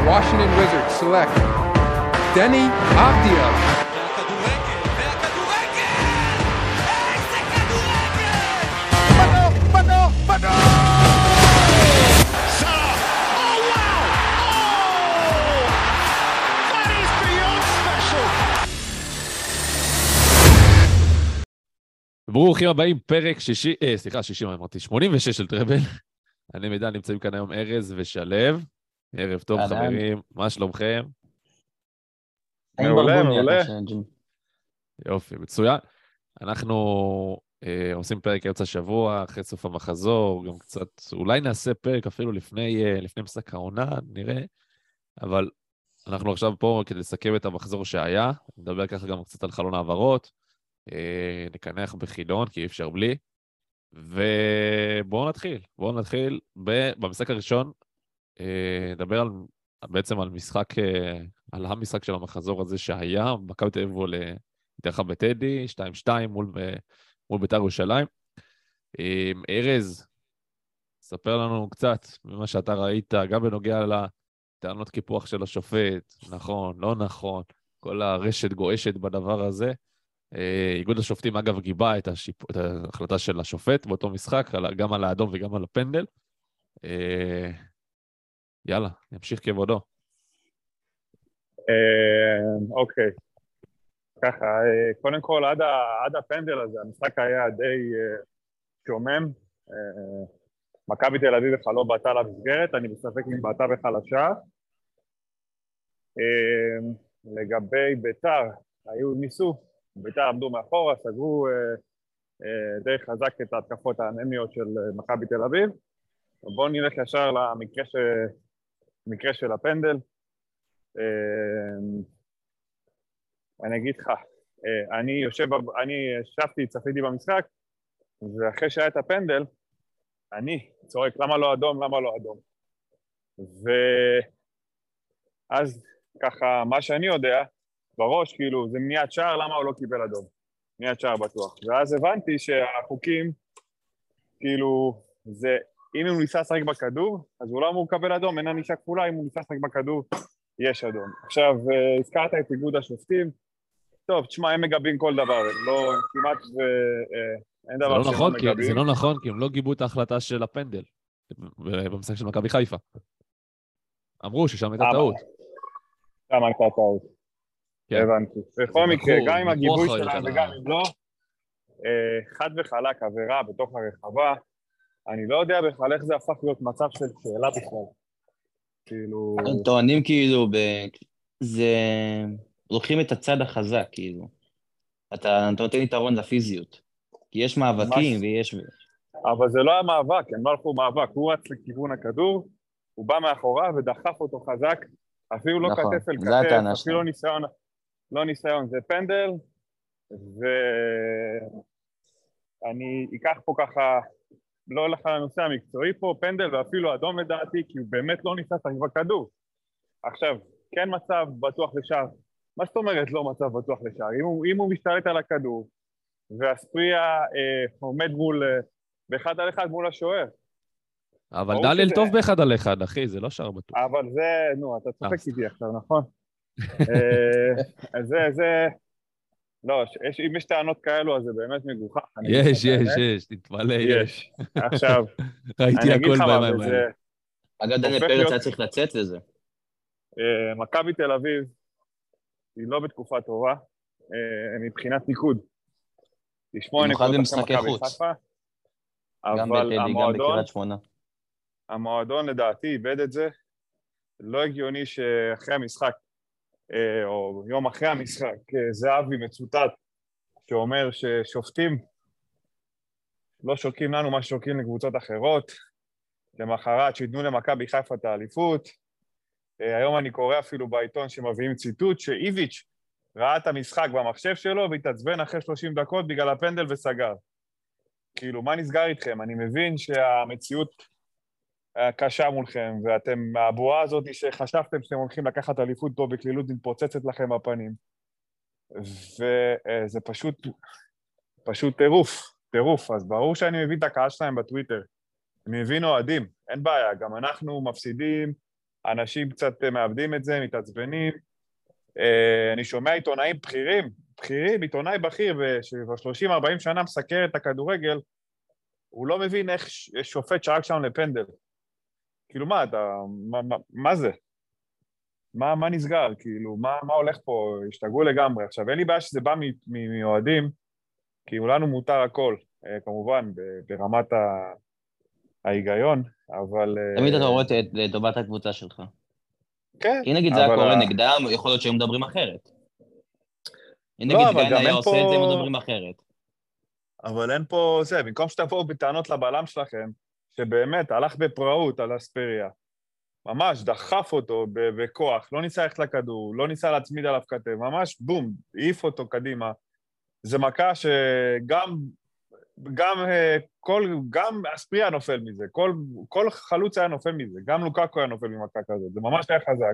Washington Wizards select Deni Avdija. ברוכים הבאים, פרק 86 של טראבל. אני מידע, נמצאים כאן היום ארז ושלב. ערב טוב חברים, מה שלומכם? מעולה. יופי, מצוין. אנחנו עושים פרק אמצע שבוע, אחרי סוף המחזור, גם קצת, אולי נעשה פרק אפילו לפני משחק העונה, נראה. אבל אנחנו עכשיו פה כדי לסכם את המחזור שהיה, נדבר ככה גם קצת על חלון העברות, נקנח בחידון, כי אי אפשר בלי, ובואו נתחיל במשחק הראשון, נדבר בעצם על המשחק של המחזור הזה שהיה, מכבי תל אביב התארחה בטדי, 2-2 מול בית"ר ירושלים. ארז, ספר לנו קצת ממה שאתה ראית, גם בנוגע לטענות קיפוח של השופט, נכון, לא נכון, כל הרשת גועשת בדבר הזה. איגוד השופטים אגב גיבה את ההחלטה של השופט באותו משחק, גם על האדום וגם על הפנדל. יאללה, נמשיך כבודו. אוקיי. ככה, קודם כל עד הפנדל הזה, המשחק היה די שומם. מכבי תל אביב בכלל לא בעטה למסגרת, אני בספק אם בעטה בכלל לשער. לגבי בית"ר, ניסו. בית"ר עמדו מאחורה, סגרו די חזק את ההתקפות האנמיות של מכבי תל אביב. בואו נלך ישר למקרה של הפנדל. אני אגיד לך, אני צפיתי במשחק, ואחרי שהיה את הפנדל, אני צועק, למה לא אדום? ואז ככה, מה שאני יודע, בראש, כאילו, זה מניעת שער, למה הוא לא קיבל אדום? מניעת שער בטוח. ואז הבנתי שהחוקים, כאילו, זה, אם הוא ניסה לשחק בכדור, אז הוא לא אמור לקבל אדום, אין ענישה כפולה, אם הוא ניסה לשחק בכדור, יש אדום. עכשיו, הזכרת את איגוד השופטים, טוב, תשמע, הם מגבים כל דבר, לא, כמעט אין דבר שהם לא מגבים. זה לא נכון, כי הם לא גיבו את ההחלטה של הפנדל, במשחק של מכבי חיפה. אמרו ששם הייתה טעות. שם הייתה טעות. הבנתי. בכל מקרה, גם עם הגיבוי שלהם וגם אם לא, חד וחלק עבירה בתוך הרחבה, אני לא יודע בכלל איך זה הפך להיות מצב של שאלה בכלל. כאילו... הם טוענים כאילו, זה... לוקחים את הצד החזק, כאילו. אתה נותן יתרון לפיזיות. כי יש מאבקים ויש... אבל זה לא היה מאבק, הם לא הלכו מאבק. הוא רץ לכיוון הכדור, הוא בא מאחורה ודחף אותו חזק, אפילו לא כתף אל כתף, אפילו לא ניסיון, זה פנדל, ואני אקח פה ככה, לא הולך על הנושא המקצועי פה, פנדל ואפילו אדום לדעתי, כי הוא באמת לא ניסה לשחק בכדור. עכשיו, כן מצב בטוח לשער, מה זאת אומרת לא מצב בטוח לשער? אם הוא משתלט על הכדור, והספריה עומד באחד על אחד מול השוער. אבל דלל טוב באחד על אחד, אחי, זה לא שער בטוח. אבל זה, אתה צוחק איתי עכשיו, נכון? אז זה, לא, אם יש טענות כאלו, אז זה באמת מגוחך. יש, תתמלא, יש. עכשיו, ראיתי הכל בימים האלה. אגב, דניאל פרץ היה צריך לצאת לזה. מכבי תל אביב היא לא בתקופה טובה, מבחינת ניקוד. במיוחד במשחקי חוץ. גם בטדי, גם בקריית שמונה. המועדון לדעתי איבד את זה. לא הגיוני שאחרי המשחק, או יום אחרי המשחק, זהבי מצוטט, שאומר ששופטים לא שוקעים לנו מה ששוקעים לקבוצות אחרות, למחרת שיתנו למכבי חיפה את האליפות. היום אני קורא אפילו בעיתון שמביאים ציטוט, שאיביץ' ראה את המשחק במחשב שלו, והתעצבן אחרי 30 דקות בגלל הפנדל וסגר. כאילו, מה נסגר איתכם? אני מבין שהמציאות קשה מולכם, ואתם, הבועה הזאת שחשבתם שאתם הולכים לקחת אליפות פה בקלילות, מתפוצצת לכם בפנים. וזה פשוט טירוף. אז ברור שאני מבין את הקהל שלהם בטוויטר. אני מבין אוהדים, אין בעיה, גם אנחנו מפסידים, אנשים קצת מאבדים את זה, מתעצבנים. אני שומע עיתונאים בכירים, עיתונאי בכיר, ש30-40 שנה מסקר את הכדורגל, הוא לא מבין איך שופט שרק שם לפנדל. כאילו מה, מה זה? מה נסגר? כאילו, מה הולך פה? השתגעו לגמרי. עכשיו, אין לי בעיה שזה בא מאוהדים, כי לנו מותר הכל, כמובן, ברמת ההיגיון, אבל... תמיד אתה רואה את טובת הקבוצה שלך. כן. אם נגיד זה היה קורה נגדם, יכול להיות שהם מדברים אחרת. אם נגיד גן היה עושה את זה, הם מדברים אחרת. אבל אין פה זה, במקום שתבואו בטענות לבעלם שלכם, שבאמת הלך בפראות על אספריה, ממש דחף אותו בכוח, לא ניסה ללכת לכדור, לא ניסה להצמיד עליו כתב, ממש בום, העיף אותו קדימה. זה מכה שגם גם אספריה נופל מזה, כל חלוץ היה נופל מזה, גם לוקאקו היה נופל ממכה כזאת, זה ממש היה חזק.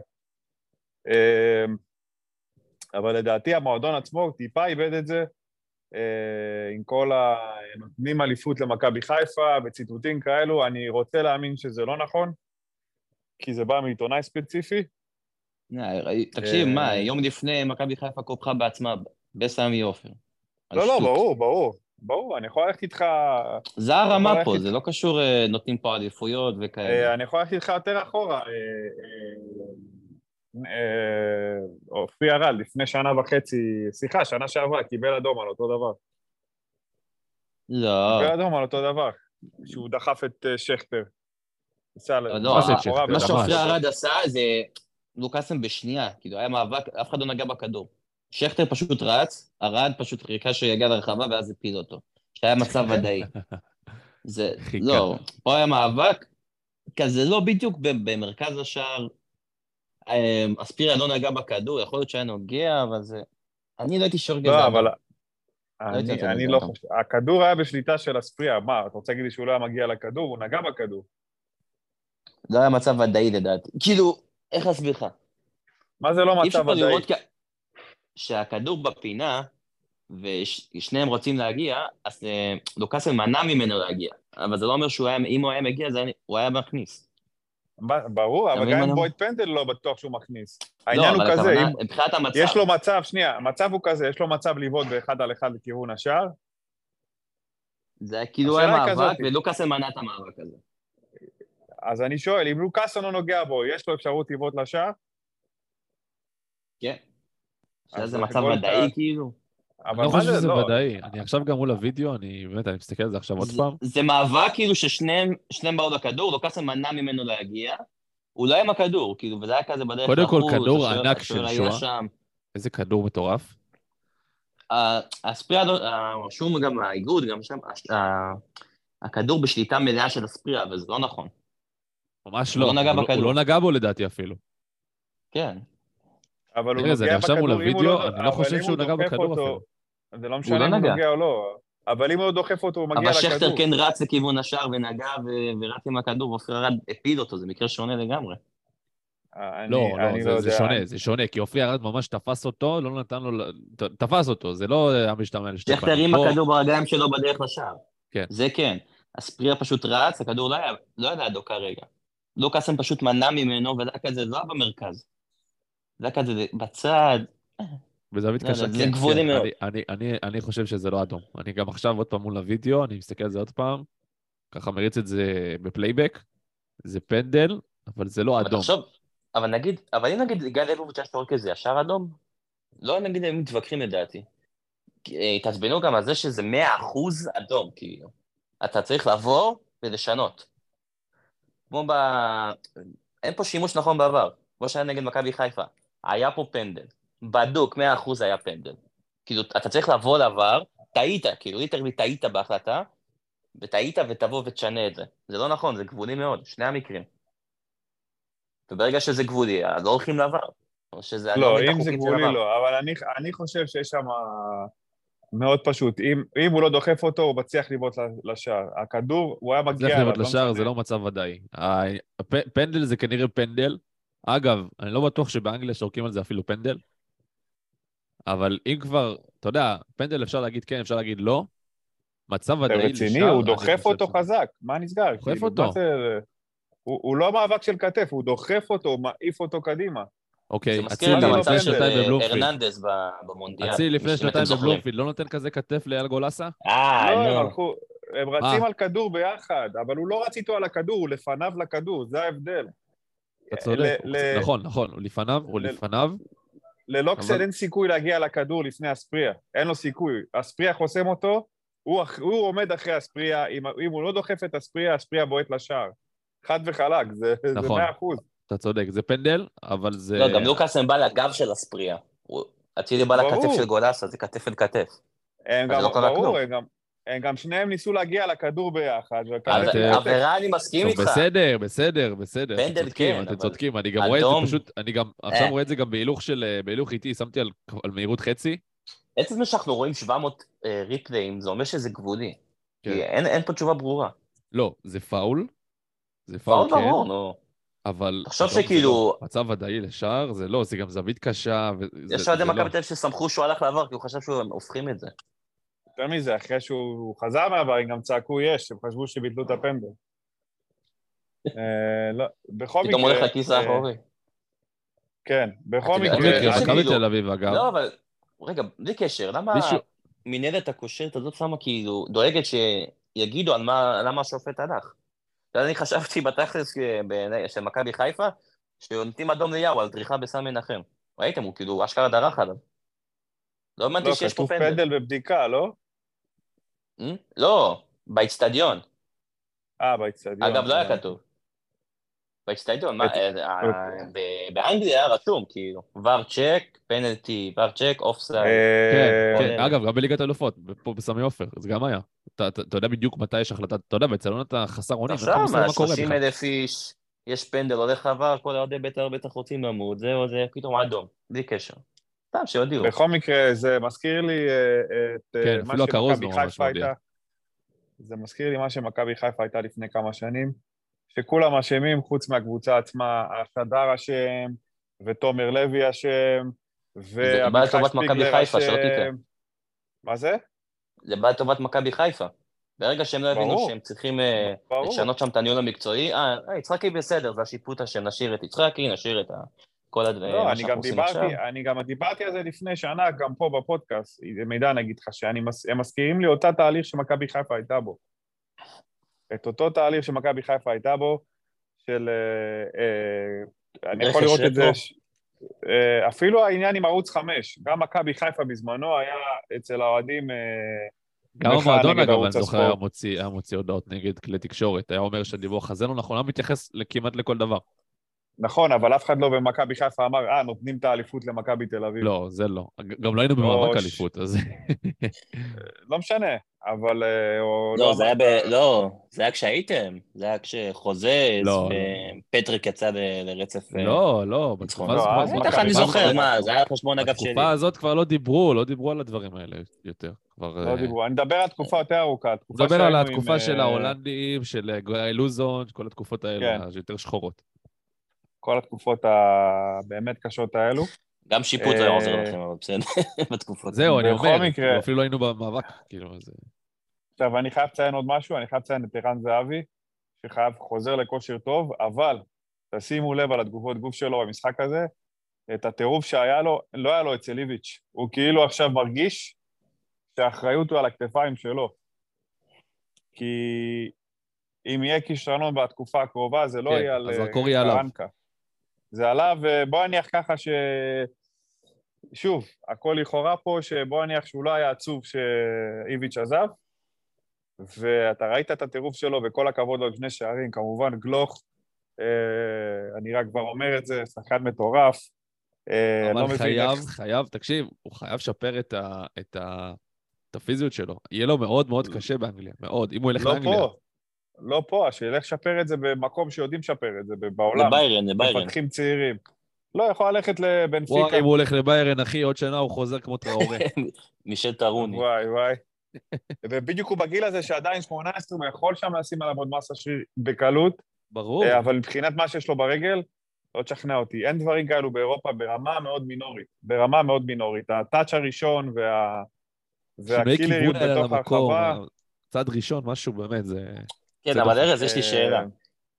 אבל לדעתי המועדון עצמו טיפה איבד את זה, עם כל הנותנים אליפות למכבי חיפה, בציטוטים כאלו, אני רוצה להאמין שזה לא נכון, כי זה בא מעיתונאי ספציפי. תקשיב, מה, יום לפני מכבי חיפה קופחה בעצמה, בסמי עופר. לא, ברור, אני יכול ללכת איתך... זה הרמה פה, זה לא קשור, נותנים פה עדיפויות וכאלה. אני יכול ללכת איתך יותר אחורה. אופי ארד, לפני שנה וחצי, סליחה, שנה שעברה, קיבל אדום על אותו דבר. לא. קיבל אדום על אותו דבר, שהוא דחף את שכטר. לא, מה שאופי ארד עשה זה לוקאסם בשנייה, כאילו היה מאבק, אף אחד לא נגע בכדור. שכטר פשוט רץ, ארד פשוט חיכה שיגיע לרחבה ואז הפיל אותו. שהיה מצב ודאי. זה, לא, פה היה מאבק, כזה לא בדיוק במרכז השער, אספיריה לא נגע בכדור, יכול להיות שהיה נוגע, אבל זה... אני לא הייתי שור גזע. לא, אבל... אני לא חושב... הכדור היה בשליטה של אספיריה, מה, אתה רוצה להגיד לי שהוא לא היה מגיע לכדור? הוא נגע בכדור. לא היה מצב ודאי לדעתי. כאילו, איך אסביר לך? מה זה לא מצב ודאי? שהכדור בפינה, ושניהם רוצים להגיע, אז לוקאסל מנע ממנו להגיע. אבל זה לא אומר שאם הוא היה מגיע, הוא היה מכניס. ברור, אבל גם אם בויד פנדל לא בטוח שהוא מכניס. העניין הוא כזה, יש לו מצב, שנייה, המצב הוא כזה, יש לו מצב לבעוט באחד על אחד לכיוון השער. זה כאילו היה מאבק, ולוקאסל מנע את המאבק הזה. אז אני שואל, אם לוקאסל לא נוגע בו, יש לו אפשרות לבעוט לשער? כן. שזה מצב ודאי כאילו. אני לא חושב שזה ודאי. אני עכשיו גם מול הוידאו, אני מסתכל על זה עכשיו עוד פעם. זה מאבק כאילו ששניהם באו לכדור, לוקאסל מנע ממנו להגיע, הוא לא היה עם הכדור, כאילו, וזה היה כזה בדרך קודם כל כדור ענק של שואה. איזה כדור מטורף. הספריה, שום גם האיגוד, גם שם, הכדור בשליטה מלאה של הספריה, וזה לא נכון. ממש לא. הוא לא נגע בו לדעתי אפילו. כן. אבל הוא נוגע בכדור, אני לא חושב שהוא נגע בכדור אפילו. זה לא משנה אם הוא נוגע או לא. אבל אם הוא דוחף אותו, הוא מגיע לכדור. אבל שכטר כן רץ לכיוון השער ונגע ורץ עם הכדור, ואופי ארד הפיל אותו, זה מקרה שונה לגמרי. לא, זה שונה, כי אופי ארד ממש תפס אותו, לא נתן לו, תפס אותו, זה לא המשתמע לשתי פנים. שכטר עם הכדור ברגליים שלו בדרך לשער. כן. זה כן. הספריה פשוט רץ, הכדור לא היה לידו כרגע. לוקאסן פשוט מנע ממנו, וזה כזה לא במרכז. זה כזה בצד. בזווית קשה, זה גבולי מאוד. אני חושב שזה לא אדום. אני גם עכשיו עוד פעם מול הוידאו, אני מסתכל על זה עוד פעם, ככה מריץ את זה בפלייבק, זה פנדל, אבל זה לא אדום. אבל אם נגיד גל ליבוביץ' היה שורק כזה, ישר אדום, לא נגיד הם מתווכחים לדעתי. תעצבנו גם על זה שזה 100% אדום, כאילו. אתה צריך לעבור ולשנות. אין פה שימוש נכון בעבר, כמו שהיה נגד מכבי חיפה. היה פה פנדל. בדוק, 100% היה פנדל. כאילו, אתה צריך לעבור לעבר, טעית, כאילו, ליטרלי טעית בהחלטה, וטעית ותבוא ותשנה את זה. זה לא נכון, זה גבולי מאוד, שני המקרים. וברגע שזה גבולי, אז לא הולכים לעבר. לא, אם זה גבולי לא, אבל אני חושב שיש שם מאוד פשוט. אם הוא לא דוחף אותו, הוא מצליח לבעוט לשער. הכדור, הוא היה מגיע... מצליח לבעוט לשער, זה לא מצב ודאי. פנדל זה כנראה פנדל. אגב, אני לא בטוח שבאנגליה שורקים על זה אפילו פנדל. אבל אם כבר, אתה יודע, פנדל אפשר להגיד כן, אפשר להגיד לא. מצב ודאי לשער... רציני, הוא דוחף אותו חזק. מה נסגר? דוחף אותו. הוא לא מאבק של כתף, הוא דוחף אותו, הוא מעיף אותו קדימה. אוקיי, זה מזכיר את המצב של הרננדז במונדיאל. אצילי לפני שנתיים בבלומפילד, לא נותן כזה כתף לאייל גולסה? לא, הם רצים על כדור ביחד, אבל הוא לא רץ איתו על הכדור, הוא לפניו לכדור, זה ההבדל. אתה צודק, נכון, הוא לפניו. ללוקסן אין סיכוי להגיע לכדור לפני אספריה, אין לו סיכוי. אספריה חוסם אותו, הוא עומד אחרי אספריה, אם הוא לא דוחף את אספריה, אספריה בועט לשער. חד וחלק, זה 100%. אתה צודק, זה פנדל, אבל זה... לא, גם לוקאסן בא לגב של אספריה. אצילי בא לכתף של גולסה, זה כתף אל כתף. הם גם שניהם ניסו להגיע לכדור ביחד. עבירה, אני מסכים איתך. בסדר. פנדל כן, אתם צודקים, אני גם רואה את זה פשוט, אני גם עכשיו רואה את זה גם בהילוך איתי, שמתי על מהירות חצי. עצם שאנחנו רואים 700 ריפליים, זה אומר שזה גבולי. אין פה תשובה ברורה. לא, זה פאול. זה פאול ברור, נו. אבל... תחשוב שכאילו... מצב ודאי לשער, זה לא, זה גם זווית קשה. יש עדי מכבי תל אביב שסמכו שהוא הלך לעבר, כי הוא חשב שהוא הופכים את זה. יותר מזה, אחרי שהוא חזר מהעבר, הם גם צעקו יש, הם חשבו שביטלו את הפנדל. לא, בכל מקרה... פתאום הולך לכיס האחורי. כן, בכל מקרה... מכבי תל אביב, אגב. לא, אבל... רגע, בלי קשר, למה מנהלת הכושרת הזאת שמה כאילו דואגת שיגידו על למה השופט הלך? אני חשבתי בתכלס של מכבי חיפה, שנותנים אדום ליהו על דריכה בסם מנחם. ראיתם, הוא כאילו אשכרה דרך עליו. לא האמנתי שיש פה פנדל. כתוב פנדל בבדיקה, לא? לא, באצטדיון. באצטדיון. אגב, לא היה כתוב. באצטדיון, באנגליה רשום, כאילו, ור צ'ק, פנלטי, ור צ'ק, אופסייד. כן, אגב, גם בליגת האלופות, פה בסמי עופר, זה גם היה. אתה יודע בדיוק מתי יש החלטה, אתה יודע, בצלון אתה חסר אונים, עכשיו, 30,000 איש, יש פנדל, הולך עבר, כל העודי בית"ר בטח רוצים למות, זה פתאום אדום, בלי קשר. סתם שיודיעו. בכל מקרה, זה מזכיר לי את מה שמכבי חיפה הייתה. זה מזכיר לי מה שמכבי חיפה הייתה לפני כמה שנים, שכולם אשמים חוץ מהקבוצה עצמה, השדר אשם, ותומר לוי אשם, זה בא לטובת מכבי חיפה, שלא תטעה. מה זה? זה בא לטובת מכבי חיפה. ברגע שהם לא הבינו שהם צריכים לשנות שם את הניהול המקצועי, יצחקי בסדר, זה השיפוט השם, נשאיר את יצחקי, נשאיר את כל הדברים. לא, אני גם דיברתי על זה לפני שנה, גם פה בפודקאסט, מידע נגיד לך, שהם מזכירים לי אותה תהליך שמכבי חיפה הייתה בו. את אותו תהליך שמכבי חיפה הייתה בו, של... אני יכול לראות את זה... אפילו העניין עם ערוץ 5, גם מכבי חיפה בזמנו היה אצל האוהדים... גם המועדון, אגב, אני זוכר, היה מוציא הודעות נגד כלי תקשורת, היה אומר שהדיווח הזה לא נכון, הוא מתייחס כמעט לכל דבר. נכון, אבל אף אחד לא במכבי חיפה אמר, נותנים את האליפות למכבי תל אביב. לא, זה לא. גם לא היינו במאבק אליפות, אז... לא משנה, אבל... לא, זה היה כשהייתם, זה היה כשחוזז ופטריק יצא לרצף... לא, בתקופה הזאת... בטח אני זוכר, מה, זה היה חשבון אגב שלי. בתקופה הזאת כבר לא דיברו על הדברים האלה יותר. לא דיברו, אני מדבר על תקופה יותר ארוכה. מדבר על התקופה של ההולנדים, של גיא לוזון, כל התקופות האלה, יותר שחורות. כל התקופות הבאמת קשות האלו. גם שיפוט היה עוזר לכם, אבל בסדר, בתקופות. זהו, אני אומר, אפילו לא היינו במאבק, כאילו, זה... עכשיו, אני חייב לציין עוד משהו, אני חייב לציין את ערן זהבי, חוזר לכושר טוב, אבל תשימו לב על התגובות גוף שלו במשחק הזה, את הטירוף שהיה לו, לא היה לו אצל איביץ', הוא כאילו עכשיו מרגיש שהאחריות הוא על הכתפיים שלו. כי אם יהיה כישרון בתקופה הקרובה, זה לא יהיה על קרנקה. זה עליו, ובוא נניח ככה שוב, הכל לכאורה פה, שבוא נניח שהוא לא היה עצוב שאיביץ' עזב, ואתה ראית את הטירוף שלו, וכל הכבוד לו לפני שערים, כמובן גלוך, אני רק כבר אומר את זה, שחקן מטורף. אבל חייב, תקשיב, הוא חייב לשפר את הפיזיות שלו. יהיה לו מאוד מאוד קשה באנגליה, מאוד, אם הוא ילך לאנגליה. לא פה, שילך לשפר את זה במקום שיודעים לשפר את זה, בעולם. לביירן. מפתחים צעירים. לא, יכול ללכת לבנפיקה. אם הוא הולך לביירן, אחי, עוד שנה הוא חוזר כמו טראורי. מישל טרוני. וואי. ובדיוק הוא בגיל הזה שעדיין 18, הוא יכול שם לשים עליו עוד מסה שריר בקלות. ברור. אבל מבחינת מה שיש לו ברגל, לא תשכנע אותי. אין דברים כאלו באירופה ברמה מאוד מינורית. הטאץ' הראשון והקילריות בתוך הרחבה. צד ראשון, משהו באמת, זה... כן, אבל ארז, יש לי שאלה.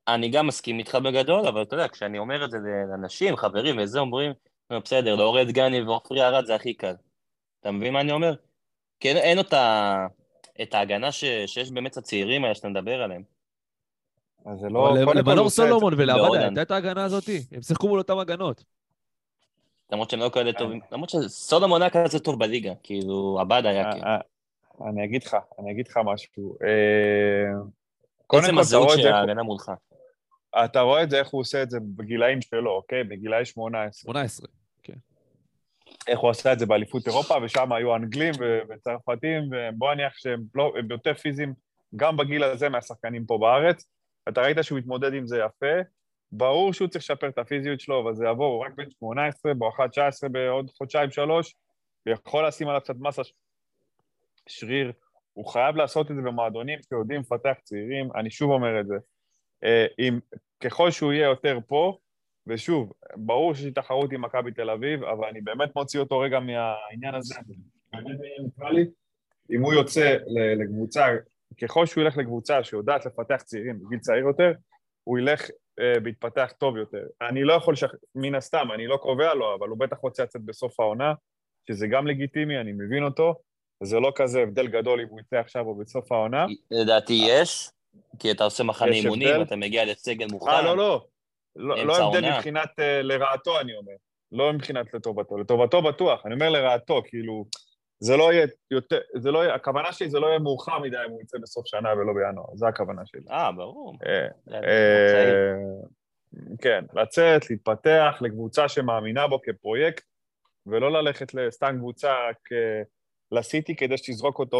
אני גם מסכים איתך בגדול, אבל אתה יודע, כשאני אומר את זה לאנשים, חברים, וזה אומרים, בסדר, לאורד גני ועופרי ארד זה הכי קל. אתה מבין מה אני אומר? כי אין את ההגנה שיש באמת הצעירים האלה שאתה מדבר עליהם. אז זה לא, קודם כל למנור סולומון ולעבדה בהולנד. הייתה את ההגנה הזאת, הם שיחקו מול אותם הגנות. למרות שהם לא כאלה טובים, למרות שסולומון היה כזה טוב בליגה, כאילו, עבדה היה כן. אני אגיד לך משהו. עצם הזהות שההגנה מולך. אתה רואה את זה, איך הוא עושה את זה בגילאים שלו, אוקיי? בגילאי 18. 18, כן. איך הוא עשה את זה באליפות אירופה, ושם היו אנגלים וצרפתים, ובוא נניח שהם יותר פיזיים, גם בגיל הזה מהשחקנים פה בארץ. אתה ראית שהוא מתמודד עם זה יפה, ברור שהוא צריך לשפר את הפיזיות שלו, אבל זה יעבור, הוא רק בן 18, בואכה 19 בעוד חודשיים 3, ויכול לשים עליו קצת מסה שריר, הוא חייב לעשות את זה במועדונים שיודעים לפתח צעירים, אני שוב אומר את זה. ככל שהוא יהיה יותר פה, ושוב, ברור שיש תחרות עם מכבי תל אביב, אבל אני באמת מוציא אותו רגע מהעניין הזה. אם הוא יוצא לקבוצה, ככל שהוא ילך לקבוצה שיודעת לפתח צעירים בגיל צעיר יותר, הוא ילך בהתפתח טוב יותר. אני לא יכול, מן הסתם, אני לא קובע לו, אבל הוא בטח רוצה לצאת בסוף העונה, שזה גם לגיטימי, אני מבין אותו, וזה לא כזה הבדל גדול אם הוא יצא עכשיו או בסוף העונה. לדעתי יש, כי אתה עושה מחנה אימונים, אתה מגיע לסגל מוכן. לא הבדל מבחינת לרעתו, אני אומר. לא מבחינת לטובתו. לטובתו בטוח, אני אומר לרעתו, כאילו, זה לא יהיה יותר, הכוונה שלי זה לא יהיה מאוחר מדי אם הוא יצא בסוף שנה ולא בינואר, זה הכוונה שלי. ברור. כן, לצאת, להתפתח לקבוצה שמאמינה בו כפרויקט, ולא ללכת לסתם קבוצה לסיטי כדי שתזרוק אותו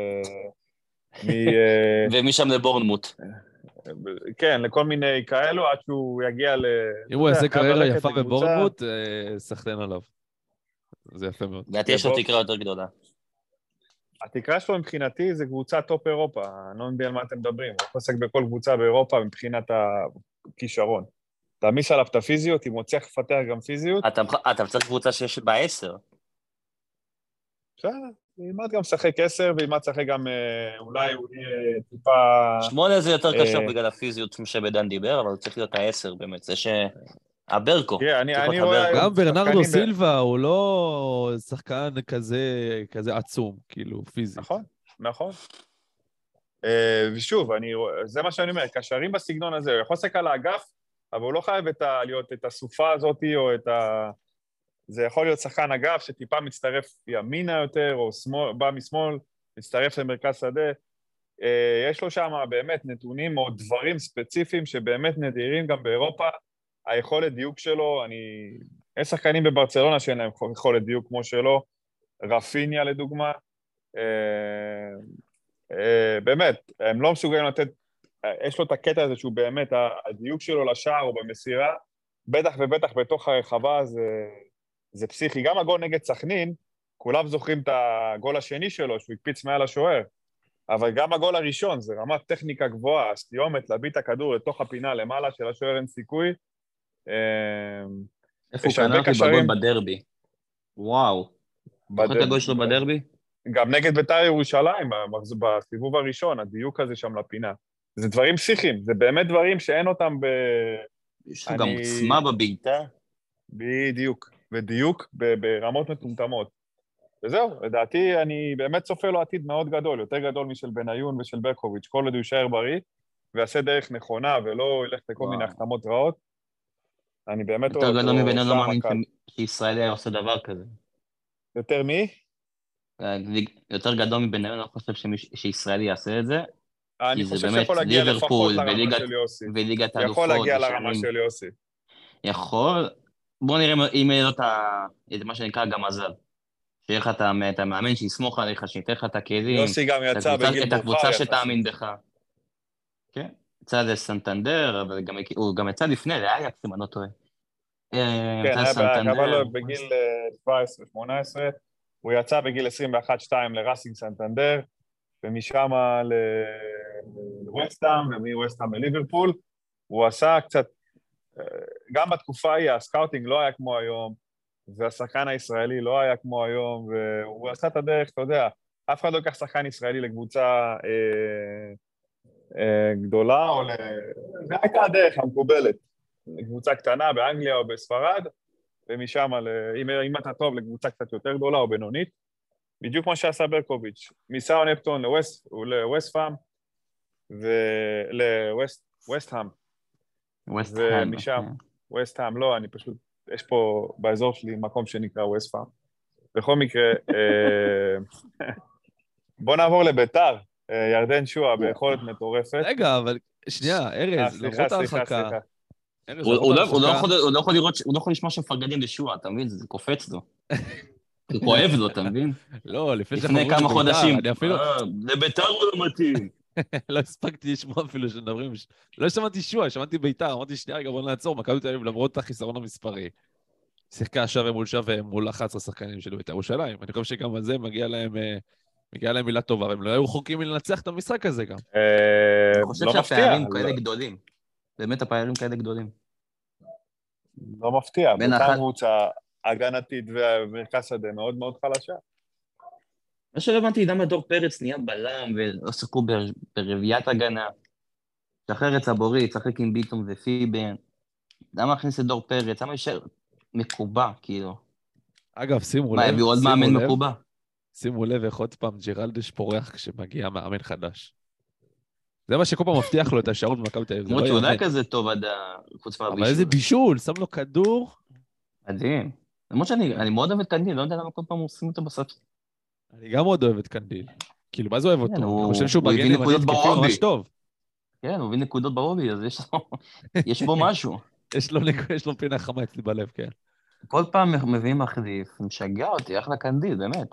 ומשם לבורנמוט. כן, לכל מיני כאלו, עד שהוא יגיע אם הוא יעשה קריירה יפה בבורנמוט, סחטן עליו. זה יפה מאוד. לדעתי יש לו תקרה יותר גדולה. התקרה שלו מבחינתי זה קבוצה טופ אירופה, אני לא מבין על מה אתם מדברים, הוא עוסק בכל קבוצה באירופה מבחינת הכישרון. תעמיס עליו את הפיזיות, אם הוא צריך לפתח גם פיזיות. אתה צריך קבוצה שיש בה 10. בסדר, ילמד גם לשחק 10, וילמד לשחק גם אולי הוא יהיה טיפה... 8 זה יותר קשה בגלל הפיזיות שבדן דיבר, אבל הוא צריך להיות 10 באמת, זה הברקו. גם ברנרדו סילבה הוא לא שחקן כזה עצום, כאילו, פיזית. נכון. ושוב, זה מה שאני אומר, קשרים בסגנון הזה, הוא יכול לשחק על האגף, אבל הוא לא חייב להיות את הסופה הזאת, או את ה... זה יכול להיות שחקן אגף שטיפה מצטרף ימינה יותר, או בא משמאל, מצטרף למרכז שדה. יש לו שם באמת נתונים או דברים ספציפיים שבאמת נדירים גם באירופה. היכולת דיוק שלו, יש שחקנים בברצלונה שאין להם יכולת דיוק כמו שלו, רפיניה לדוגמה. באמת, הם לא מסוגלים לתת, יש לו את הקטע הזה שהוא באמת, הדיוק שלו לשער או במסירה, בטח ובטח בתוך הרחבה זה פסיכי. גם הגול נגד סכנין, כולם זוכרים את הגול השני שלו, שהוא הקפיץ מעל השוער, אבל גם הגול הראשון, זה רמת טכניקה גבוהה, סטיומת, להביא את הכדור לתוך הפינה למעלה של השוער אין סיכוי. איפה הוא קנה אותי בגול בדרבי? וואו. זוכר את הגול שלו בדרבי? גם נגד בית"ר ירושלים, בסיבוב הראשון, הדיוק הזה שם לפינה. זה דברים פסיכיים, זה באמת דברים שאין אותם יש לו גם עוצמה בביתה. בדיוק, ודיוק ברמות מטומטמות. וזהו, לדעתי אני באמת צופה לו עתיד מאוד גדול, יותר גדול משל בניון ושל ברקוביץ', כל עוד הוא יישאר בריא, ויעשה דרך נכונה ולא ילך לכל מיני החתמות רעות. אני באמת יותר גדול מבניון לא מאמין שישראל היה עושה דבר כזה. יותר מי? יותר גדול מבניון, אני לא חושב שישראלי יעשה את זה. אני חושב שיכול להגיע לפחות לרמה של יוסי. וליגת האלופות. יכול להגיע לרמה של יוסי. יכול. בוא נראה אם יהיה לו את מה שנקרא גם מזל. שיהיה לך את המאמן שיסמוך עליך, שייתן לך את הכלים. יוסי גם יצא בגיל מאוחר. את הקבוצה שתאמין בך. כן. יצא לסנטנדר, אבל הוא גם יצא לפני, לאייקס, אם אני לא טועה. כן, אבל בגיל 17-18, הוא יצא בגיל 21-2 לראסינג סנטנדר, ומשם לווסטהאם, ומווסטהאם לליברפול. הוא עשה קצת, גם בתקופה ההיא, הסקאוטינג לא היה כמו היום, והשחקן הישראלי לא היה כמו היום, והוא עשה את הדרך, אתה יודע, אף אחד לא יקח שחקן ישראלי לקבוצה גדולה, זה הייתה הדרך המקובלת. קבוצה קטנה באנגליה או בספרד, ומשם, אם אתה טוב, לקבוצה קצת יותר גדולה או בינונית, בדיוק כמו שעשה ברקוביץ', מסאונפטון לווסט-פאם, ולווסט-האם. ומשם, ווסט-האם, לא, אני פשוט, יש פה באזור שלי מקום שנקרא ווסט-פאם. בכל מקרה, בוא נעבור לביתר, ירדן שועה ביכולת מטורפת. רגע, אבל שנייה, ארז, למרות ההרחקה... הוא לא יכול לשמוע שמפרגנים לשועה, אתה מבין? זה קופץ לו. הוא כואב לו, אתה מבין? לא, לפני כמה חודשים. לביתר הוא לא מתאים. לא הספקתי לשמוע אפילו שנדברים... לא שמעתי שועה, שמעתי ביתר, אמרתי שנייה, רגע, בוא נעצור, מכבי תל אביב, למרות החיסרון המספרי. שיחקה שווה מול שווה מול 11 שחקנים של ביתר ירושלים. אני חושב שגם על זה מגיע להם מילה טובה, והם לא היו רחוקים מלנצח את המשחק הזה גם. אני חושב שהפערים כאלה גדולים. באמת הפערים כאלה גדולים. לא מפתיע, באותה קבוצה הגנתית ומרכז שדה מאוד מאוד חלשה. מה שלא הבנתי, למה דור פרץ נהיה בלם ולא שחקו ברביית הגנה. שחרר את סבורית, שחק עם ביטון ופיבן. למה הכניס את דור פרץ? למה יישאר מקובע, כאילו? אגב, שימו לב. מה, הביאו עוד מאמן מקובע? שימו לב איך עוד פעם ג'ירלדש פורח כשמגיע מאמן חדש. זה מה שכל פעם מבטיח לו את השארות במכבי תל אביב. כמו שהוא לא כזה טוב עד חוץ מהבישול. אבל איזה בישול, שם לו כדור. מדהים. למרות שאני מאוד אוהב את קנדיל, לא יודע למה כל פעם עושים אותו בסוף. אני גם מאוד אוהב את קנדיל. כאילו, מה זה אוהב אותו? אני חושב שהוא בגן ימני התקפי ממש טוב. כן, הוא הביא נקודות ברובי, אז יש בו משהו. יש לו פינה חמה אצלי בלב, כן. כל פעם מביאים מחליף, משגע אותי, אחלה קנדיל, באמת.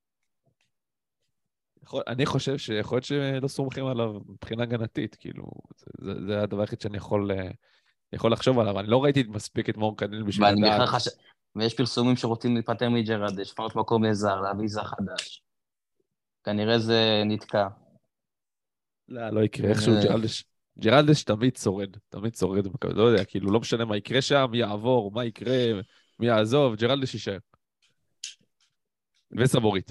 אני חושב שיכול להיות שלא סומכים עליו מבחינה הגנתית, כאילו, זה הדבר היחיד שאני יכול לחשוב עליו. אני לא ראיתי מספיק את מור קנדיל בשביל לדעת. ויש פרסומים שרוצים להיפטר מג'רלדש, לפנות מקום לזר, להביא זר חדש. כנראה זה נתקע. לא יקרה, איכשהו ג'רלדש תמיד שורד, לא יודע, כאילו, לא משנה מה יקרה שם, מי יעבור, מה יקרה, מי יעזוב, ג'רלדש יישאר. וסבורית.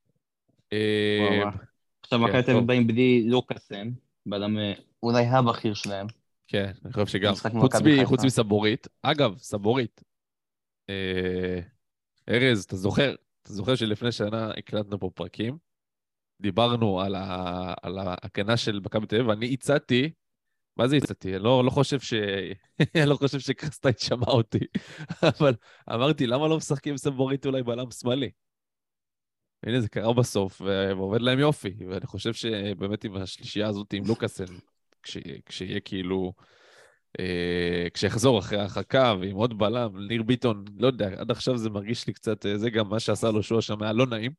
עכשיו מכבי תל אביב באים בלי לוקאסן, בלם אולי הבכיר שלהם. כן, אני חושב שגם, חוץ מסבורית. אגב, סבורית. ארז, אתה זוכר שלפני שנה הקלטנו פה פרקים, דיברנו על ההגנה של מכבי תל אביב, ואני הצעתי, מה זה הצעתי? אני לא חושב שקרסטייט שמע אותי, אבל אמרתי, למה לא משחקים סבורית אולי בלם שמאלי? הנה, זה קרה בסוף, ועובד להם יופי, ואני חושב שבאמת עם השלישייה הזאת, עם לוקאסן, כשיהיה כאילו, כשיחזור אחרי ההרחקה, ועם עוד בלם, ניר ביטון, לא יודע, עד עכשיו זה מרגיש לי קצת, זה גם מה שעשה לו שועה שם, היה לא נעים.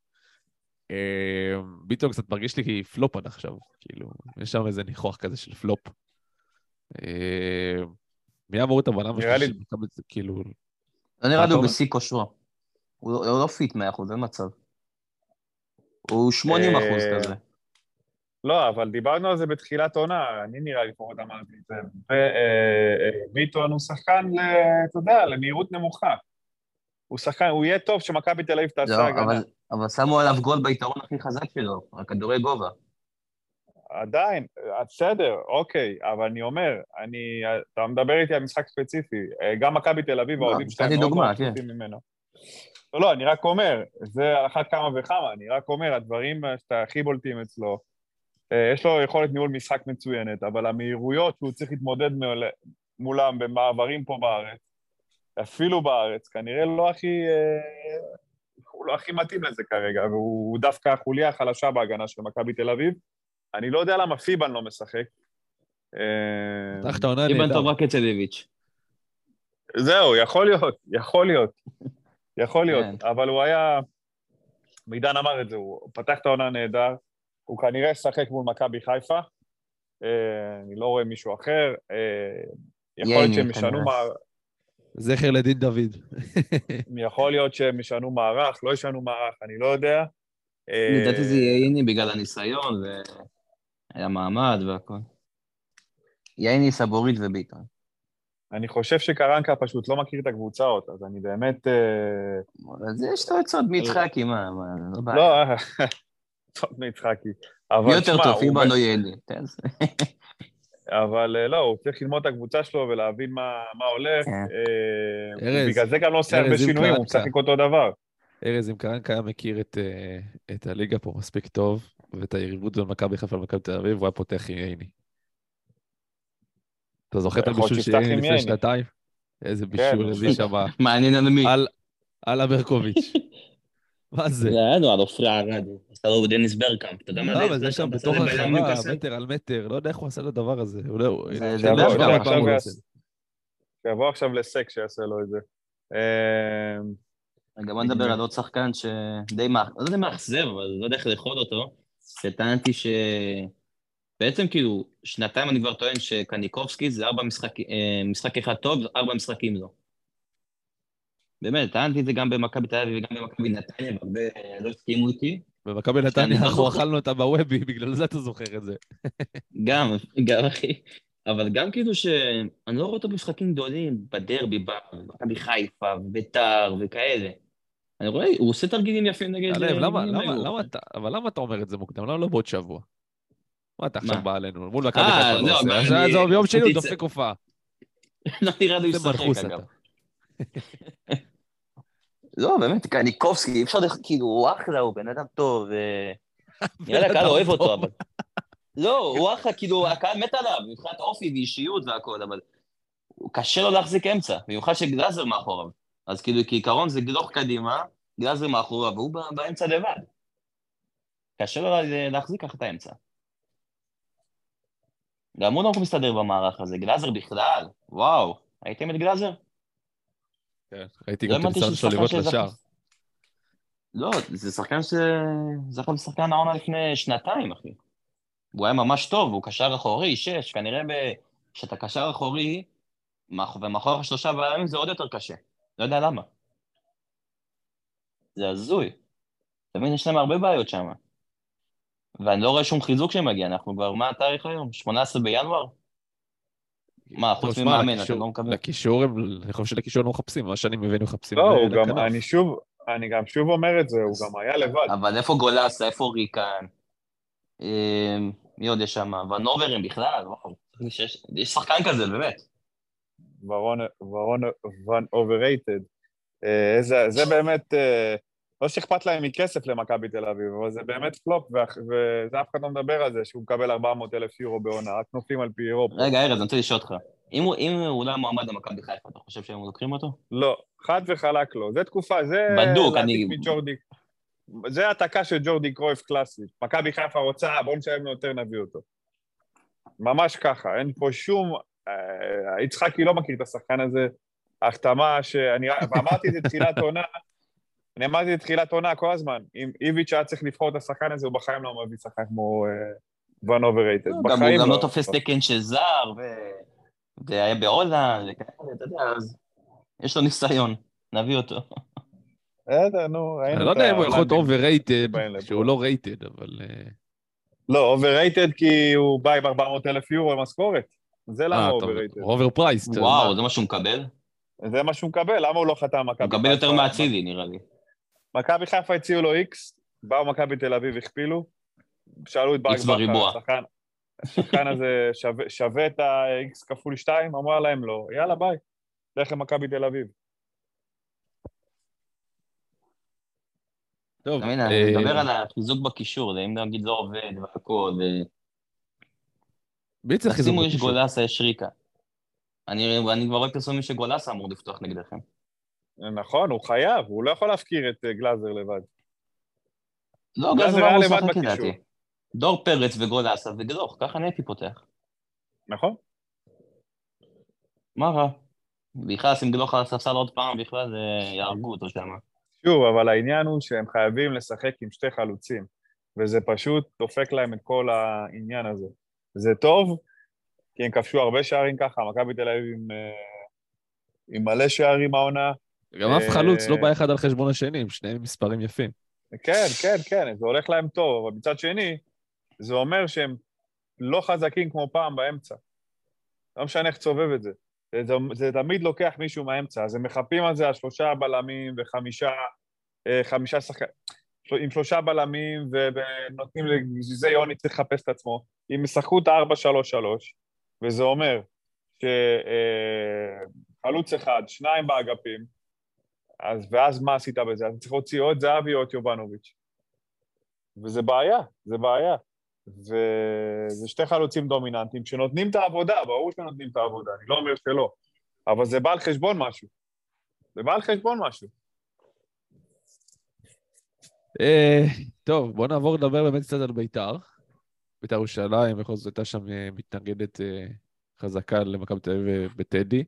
ביטון קצת מרגיש לי פלופ עד עכשיו, כאילו, יש שם איזה ניחוח כזה של פלופ. מי אמור את הבלם השלישי? כאילו... לא נראה לי הוא בשיא כושרו. הוא לא פיט 100%, זה מצב. הוא 80% כזה. לא, אבל דיברנו על זה בתחילת עונה, אני נראה לי לפחות אמרתי את זה. וביטון הוא שחקן, אתה יודע, למהירות נמוכה. הוא שחקן, הוא יהיה טוב שמכבי תל אביב תעשה הגנה. אבל שמו עליו גול ביתרון הכי חזק שלו, הכדורי גובה. עדיין, בסדר, אוקיי, אבל אני אומר, אתה מדבר איתי על משחק ספציפי, גם מכבי תל אביב, האוהדים שלהם מאוד מבסוטים ממנו. לא, אני רק אומר, זה על אחת כמה וכמה, אני רק אומר, הדברים שאתה הכי בולטים אצלו, יש לו יכולת ניהול משחק מצוינת, אבל המהירויות שהוא צריך להתמודד מולם במעברים פה בארץ, אפילו בארץ, כנראה הוא לא הכי מתאים לזה כרגע, והוא דווקא החוליה החלשה בהגנה של מכבי תל אביב. אני לא יודע למה פיבן לא משחק. פיבן טוב רק אצלביץ'. זהו, יכול להיות, אבל הוא היה, מידן אמר את זה, הוא פתח את העונה נהדר, הוא כנראה ישחק מול מכבי חיפה, אני לא רואה מישהו אחר, יכול להיות שהם ישנו מערך. זכר לדין דוד. יכול להיות שהם ישנו מערך, לא ישנו מערך, אני לא יודע. לדעתי זה יעיני בגלל הניסיון, והיה מעמד והכל. יעיני, סבורית וביטון. אני חושב שקרנקה פשוט לא מכיר את הקבוצה אותה, אז אני באמת... אז יש לו עצות מיצחקי, מה? לא, טוב מיצחקי. יותר טוב, איבן לא יהיה לי. אבל לא, הוא צריך ללמוד את הקבוצה שלו ולהבין מה הולך. בגלל זה גם לא עושה הרבה שינויים, הוא משחק אותו דבר. ארז, אם קרנקה היה מכיר את הליגה פה מספיק טוב, ואת היריבות בין מכבי חיפה ומכבי תל אביב, הוא היה פותח עם ייני. אתה זוכר את הבישול של ייני לפני שנתיים? איזה בישול הביא שם. מעניין על מי. על אברקוביץ'. מה זה? זה היה לו על עופרי ערד. עשתה לו דניס ברקאמפ. אתה יודע מה לא, אבל זה שם בתוך הרחבה, מטר על מטר. לא יודע איך הוא עשה את הדבר הזה. שיבוא עכשיו לסק שיעשה לו את זה. רגע, בוא נדבר על עוד שחקן שדי לא יודע מאכזב, אבל לא יודע איך לאכול אותו. שטענתי בעצם כאילו, שנתיים אני כבר טוען שקניקובסקי זה 4 משחק אחד טוב, 4 משחקים לא. באמת, טענתי את זה גם במכבי תל אביב וגם במכבי נתניה, והרבה לא הסכימו איתי. במכבי נתניה אנחנו אכלנו אותה בוובי, בגלל זה אתה זוכר את זה. גם אחי. אבל גם כאילו שאני לא רואה אותו במשחקים גדולים, בדרבי, במכבי חיפה, ביתר וכאלה. אני רואה, הוא עושה תרגילים יפים נגד... אבל למה אתה אומר את זה מוקדם? למה לא בעוד שבוע? מה אתה עכשיו בא עלינו? מול מכבי חיפה לא עושה. זה ביום שני הוא דופק הופעה. לא נראה לי לשחק אגב. לא, באמת, קניקובסקי, אפשר דרך, כאילו, הוא אחלה, הוא בן אדם טוב, נראה לי הקהל אוהב אותו, אבל... לא, הוא אחלה, כאילו, הקהל מת עליו, מבחינת אופי ואישיות והכל, אבל קשה לו להחזיק אמצע, במיוחד שגלאזר מאחוריו. אז כאילו, כעיקרון זה גלוך קדימה, גלאזר מאחוריו, והוא באמצע לבד. קשה לו להחזיק ככה את האמצע. גם הוא לא מסתדר במערך הזה, גלאזר בכלל, וואו, הייתם את גלאזר? כן, ראיתי גם את הניסיון שלו לבעוט לשער. לא, זה שחקן זכה בשחקן העונה לפני שנתיים, אחי. הוא היה ממש טוב, הוא קשר אחורי, 6, כנראה כשאתה קשר אחורי, ומאחורי 3 בלמים זה עוד יותר קשה. לא יודע למה. זה הזוי. תמיד יש להם הרבה בעיות שם. ואני לא רואה שום חיזוק שמגיע, אנחנו כבר, מה התאריך היום? 18 בינואר? מה, חוץ ממאמן, אתה לא מקבל? לקישור, אני חושב שלקישור לא מחפשים, מה שאני מבין מחפשים. לא, אני גם שוב אומר את זה, הוא גם היה לבד. אבל איפה גולסה, איפה ריקן? מי עוד יש שם? ונוברים בכלל, וואו. יש שחקן כזה, באמת. ון אוברייטד. זה באמת, לא שאכפת להם מכסף למכבי תל אביב, אבל זה באמת פלופ, וזה אף אחד לא מדבר על זה, שהוא מקבל 400,000 יורו בעונה, רק נופלים על פי אירופה. רגע, ארז, אני רוצה לשאול אותך. אם הוא לא מועמד למכבי חיפה, אתה חושב שהם לוקחים אותו? לא, חד וחלק לא. זה תקופה, זה... בדוק, זה העתקה של ג'ורדי קרויף קלאסי. מכבי חיפה רוצה, בואו נשלם לו יותר, נביא אותו. ממש ככה, אין פה שום... יצחקי לא מכיר את השחקן הזה, ההחתמה שאני... ואמרתי את זה תחילת עונה, אני אמרתי את תחילת עונה כל הזמן, אם איביץ' היה צריך לבחור את השחקן הזה, הוא בחיים לא מביא שחקן כמו ון אוברייטד. הוא גם לא תופס תקן של זר, והיה בהולנד, וכאלה, אתה יודע, אז יש לו ניסיון, נביא אותו. אני לא יודע אם הוא יכול להיות אוברייטד, שהוא לא רייטד, אבל... לא, אוברייטד כי הוא בא עם 400,000 יורו למשכורת. זה למה אוברייטד. אוברפרייסט. וואו, זה מה שהוא מקבל? זה מה שהוא מקבל, למה הוא לא חתם מכבי חיפה? הוא מקבל יותר מהצילי, נראה לי. מכבי חיפה הציעו לו X, באו מכבי תל אביב, הכפילו, שאלו את ברק בכר, השחקן הזה שווה את ה-X כפול 2, אמר להם לא, יאללה ביי, לך למכבי תל אביב. טוב, אני מדבר על החיזוק בקישור, אם נגיד לא עובד והכל, שימו יש גולסה, יש ריקה. אני כבר רואה פרסומים שגולסה אמור לפתוח נגדכם. נכון, הוא חייב, הוא לא יכול להפקיר את גלאזר לבד. לא, גלאזר היה לבד בקישור. דור פרץ וגולסה וגלוך, ככה נהייתי פותח. נכון. מה רע? בכלל, שים גלוך על הספסל עוד פעם, בכלל זה יהרגו אותו שם. שוב, אבל העניין הוא שהם חייבים לשחק עם 2 חלוצים, וזה פשוט דופק להם את כל העניין הזה. זה טוב, כי הם כבשו הרבה שערים ככה, מכבי תל אביב עם מלא שערים העונה. גם אף חלוץ לא בא אחד על חשבון השני, עם 2 מספרים יפים. כן, כן, כן, זה הולך להם טוב, אבל מצד שני, זה אומר שהם לא חזקים כמו פעם באמצע. לא משנה איך צובב את זה. זה תמיד לוקח מישהו מהאמצע, אז הם מחפים על זה על 3 בלמים ו5 שחקנים. עם 3 בלמים, ונותנים לזה יוני צריך לחפש את עצמו. אם ישחקו את ה-4-3-3, וזה אומר שחלוץ אחד, 2 באגפים, ואז מה עשית בזה? אז צריך להוציא או את זהבי או את יובנוביץ'. וזה בעיה, זה בעיה. וזה 2 חלוצים דומיננטיים שנותנים את העבודה, ברור שנותנים את העבודה, אני לא אומר שלא, אבל זה בא על חשבון משהו. זה בא על חשבון משהו. טוב, בוא נעבור לדבר באמת קצת על בית"ר. בית"ר ירושלים, בכל זאת הייתה שם מתנגדת חזקה למכבי תל אביב בטדי.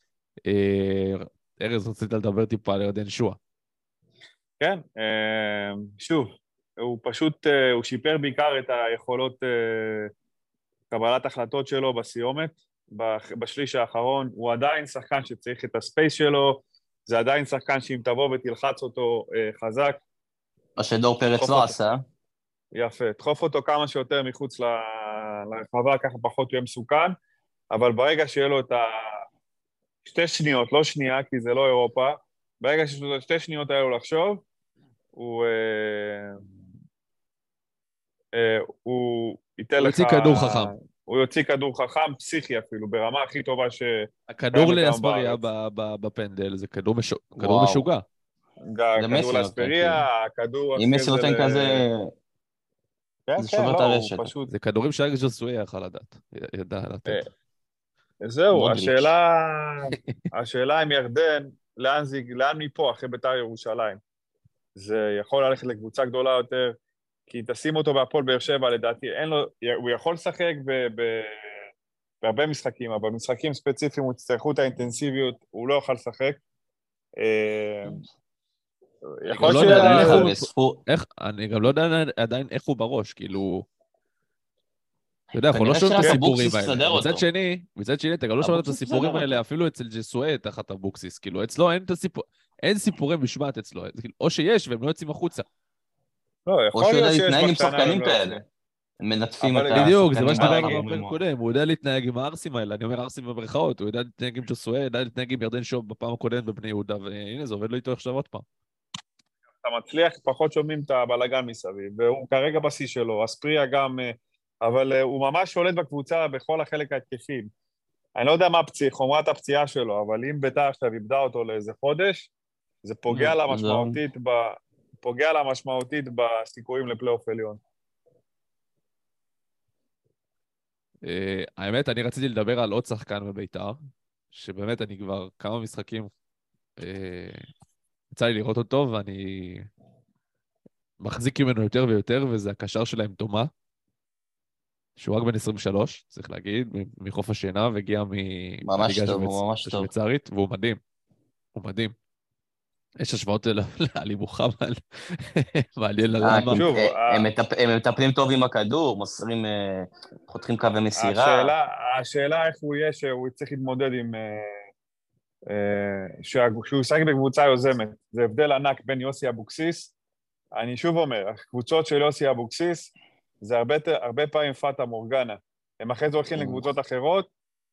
ארז, רצית לדבר טיפה על ירדן שועה. כן, שוב, הוא פשוט, הוא שיפר בעיקר את היכולות קבלת החלטות שלו בסיומת, בשליש האחרון. הוא עדיין שחקן שצריך את הספייס שלו, זה עדיין שחקן שאם תבוא ותלחץ אותו חזק. מה שדור פרץ לא עשה. יפה, תחוף אותו כמה שיותר מחוץ לרחבה, ככה פחות יהיה מסוכן, אבל ברגע שיהיה לו את 2 שניות, לא שנייה, כי זה לא אירופה, ברגע שיש לו 2 שניות האלו לחשוב, הוא ייתן לך... הוא יוציא כדור חכם. הוא יוציא כדור חכם, פסיכי אפילו, ברמה הכי טובה ש... הכדור לאספריה בפנדל, זה כדור משוגע. הכדור לאספריה, הכדור... אם מסי נותן כזה... זה שובר את הרשת. זה כדורים שארג' ז'וסוי יכל לדעת. ידע לתת. זהו, השאלה עם ירדן, לאן מפה, אחרי בית"ר ירושלים? זה יכול ללכת לקבוצה גדולה יותר, כי תשים אותו בהפועל באר שבע, לדעתי, הוא יכול לשחק בהרבה משחקים, אבל במשחקים ספציפיים הוא יצטרכו את האינטנסיביות, הוא לא יכול לשחק. אני גם לא יודע עדיין איך הוא בראש, כאילו... אתה יודע, אנחנו לא שומעים את הסיפורים האלה. מצד שני, אתה גם לא שומעים את הסיפורים האלה, אפילו אצל ג'סואל תחת אבוקסיס, כאילו, אצלו אין סיפורי משמעת אצלו, או שיש והם לא יוצאים החוצה. או שהוא יודע להתנהג עם שחקנים כאלה. הם מנטפים את השחקנים. בדיוק, זה מה שדבר בפרק קודם, הוא יודע להתנהג עם הארסים האלה, אני אומר ארסים בברכאות, הוא יודע להתנהג עם ג'סואל, יודע להתנהג עם ירדן שוב בפעם הקודמת בבני יהודה, והנה זה עובד לו איתו עכשיו עוד פעם. אתה מצליח, פחות שומעים את הבלגן מסביב, והוא כרגע בשיא שלו, אספריה גם, אבל הוא ממש שולט בקבוצה בכל החלק ההתקפים. אני לא יודע מה חומרת הפציעה שלו, אבל אם בית"ר עכשיו איבדה אותו לאיזה חודש, זה פוגע לה משמעותית בסיכויים לפלייאוף עליון. האמת, אני רציתי לדבר על עוד שחקן בבית"ר, שבאמת אני כבר כמה משחקים יצא לי לראות אותו, ואני מחזיק ממנו יותר ויותר, וזה הקשר שלהם תומה, שהוא רק בן 23, צריך להגיד, מחוף השינה, והגיע ממש טוב, הוא ממש טוב. שוויצרית, והוא מדהים, הוא מדהים. יש השוואות לעלי מוחמד, מעניין ללמה. הם מטפלים טוב עם הכדור, מוסרים, חותכים קווי מסירה. השאלה איך הוא יהיה, שהוא צריך להתמודד עם... שהוא ישחק בקבוצה יוזמת. זה הבדל ענק בין יוסי אבוקסיס. אני שוב אומר, הקבוצות של יוסי אבוקסיס, זה הרבה פעמים פאטה מורגנה. הם אחרי זה הולכים לקבוצות אחרות,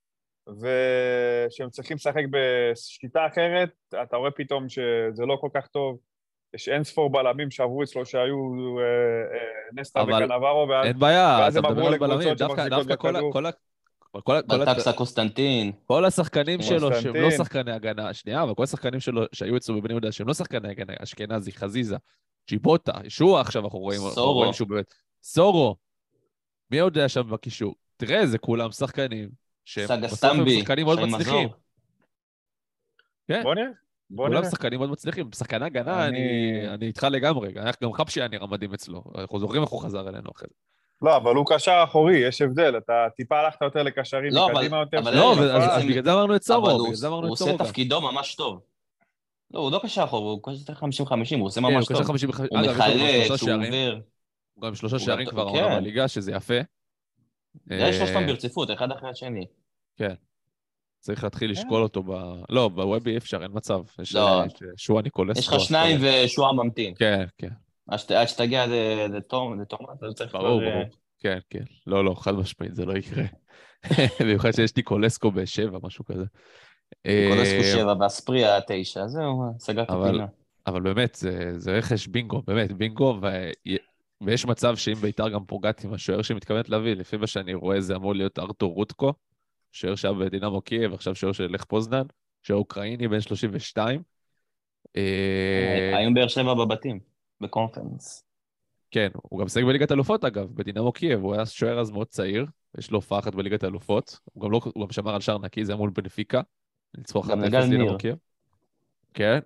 ושהם צריכים לשחק בשיטה אחרת, אתה רואה פתאום שזה לא כל כך טוב, יש אין ספור בלמים שעברו אצלו שהיו נסטה וקנברו, אין בעיה, אתה מדבר על בלמים, דווקא בטקסה קוסטנטין. כל השחקנים שלו שהם לא שחקני הגנה, שנייה, אבל כל השחקנים שלו שהיו אצלו בבני יהודה שהם לא שחקני הגנה, אשכנזי, חזיזה, צ'יבוטה, שועה עכשיו אנחנו רואים שהוא באמת, סורו, מי יודע שם בקישור? תראה, זה כולם שחקנים שהם בסוף הם שחקנים מאוד מצליחים. בוא נראה. כולם שחקנים מאוד מצליחים. שחקני הגנה, אני איתך לגמרי. גם חפשי היה נראה מדהים אצלו. אנחנו זוכרים איך הוא חזר אלינו אחרי זה. לא, אבל הוא קשר אחורי, יש הבדל. אתה טיפה הלכת יותר לקשרים, מקדימה יותר. לא, אז בגלל זה אמרנו את סורו. הוא עושה תפקידו ממש טוב. לא, הוא לא קשר אחורי, הוא קשר 50-50, הוא עושה ממש טוב. הוא מחלץ, הוא עובר. הוא גם 3 שערים כבר עונה בליגה, שזה יפה. יש 3 פעם ברציפות, אחד אחרי השני. כן. צריך להתחיל לשקול אותו לא, בוובי אי אפשר, אין מצב. לא. שועה ניקולס. יש לך 2 ושועה ממתין. כן, כן. עד שתגיע לתומה, אתה צריך... ברור. כן, כן. לא, חד משמעית, זה לא יקרה. במיוחד שיש ניקולסקו ב7, משהו כזה. ניקולסקו 7, ואספריה 9, זהו, סגרת הפינה. אבל באמת, זה רכש בינגו, באמת, בינגו, ויש מצב שאם ביתר גם פוגעת עם השוער שהיא מתכוונת להביא, לפי מה שאני רואה, זה אמור להיות ארתור רוטקו, שוער שהיה בדינמו קייב, עכשיו שוער של לך פוזנן, שוער אוקראיני בן 32. היום באר שבע בבתים, בקונפרנס. כן, הוא גם שיחק בליגת אלופות אגב, בדינמו קייב, הוא היה שוער אז מאוד צעיר, יש לו הופעה אחת בליגת אלופות, הוא גם שמר על שער נקי, זה היה מול בנפיקה, ניצחו 1-0 דינמו קייב. כן,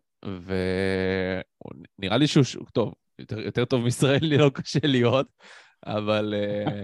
ונראה לי שהוא טוב, יותר טוב מישראלי לא קשה להיות, אבל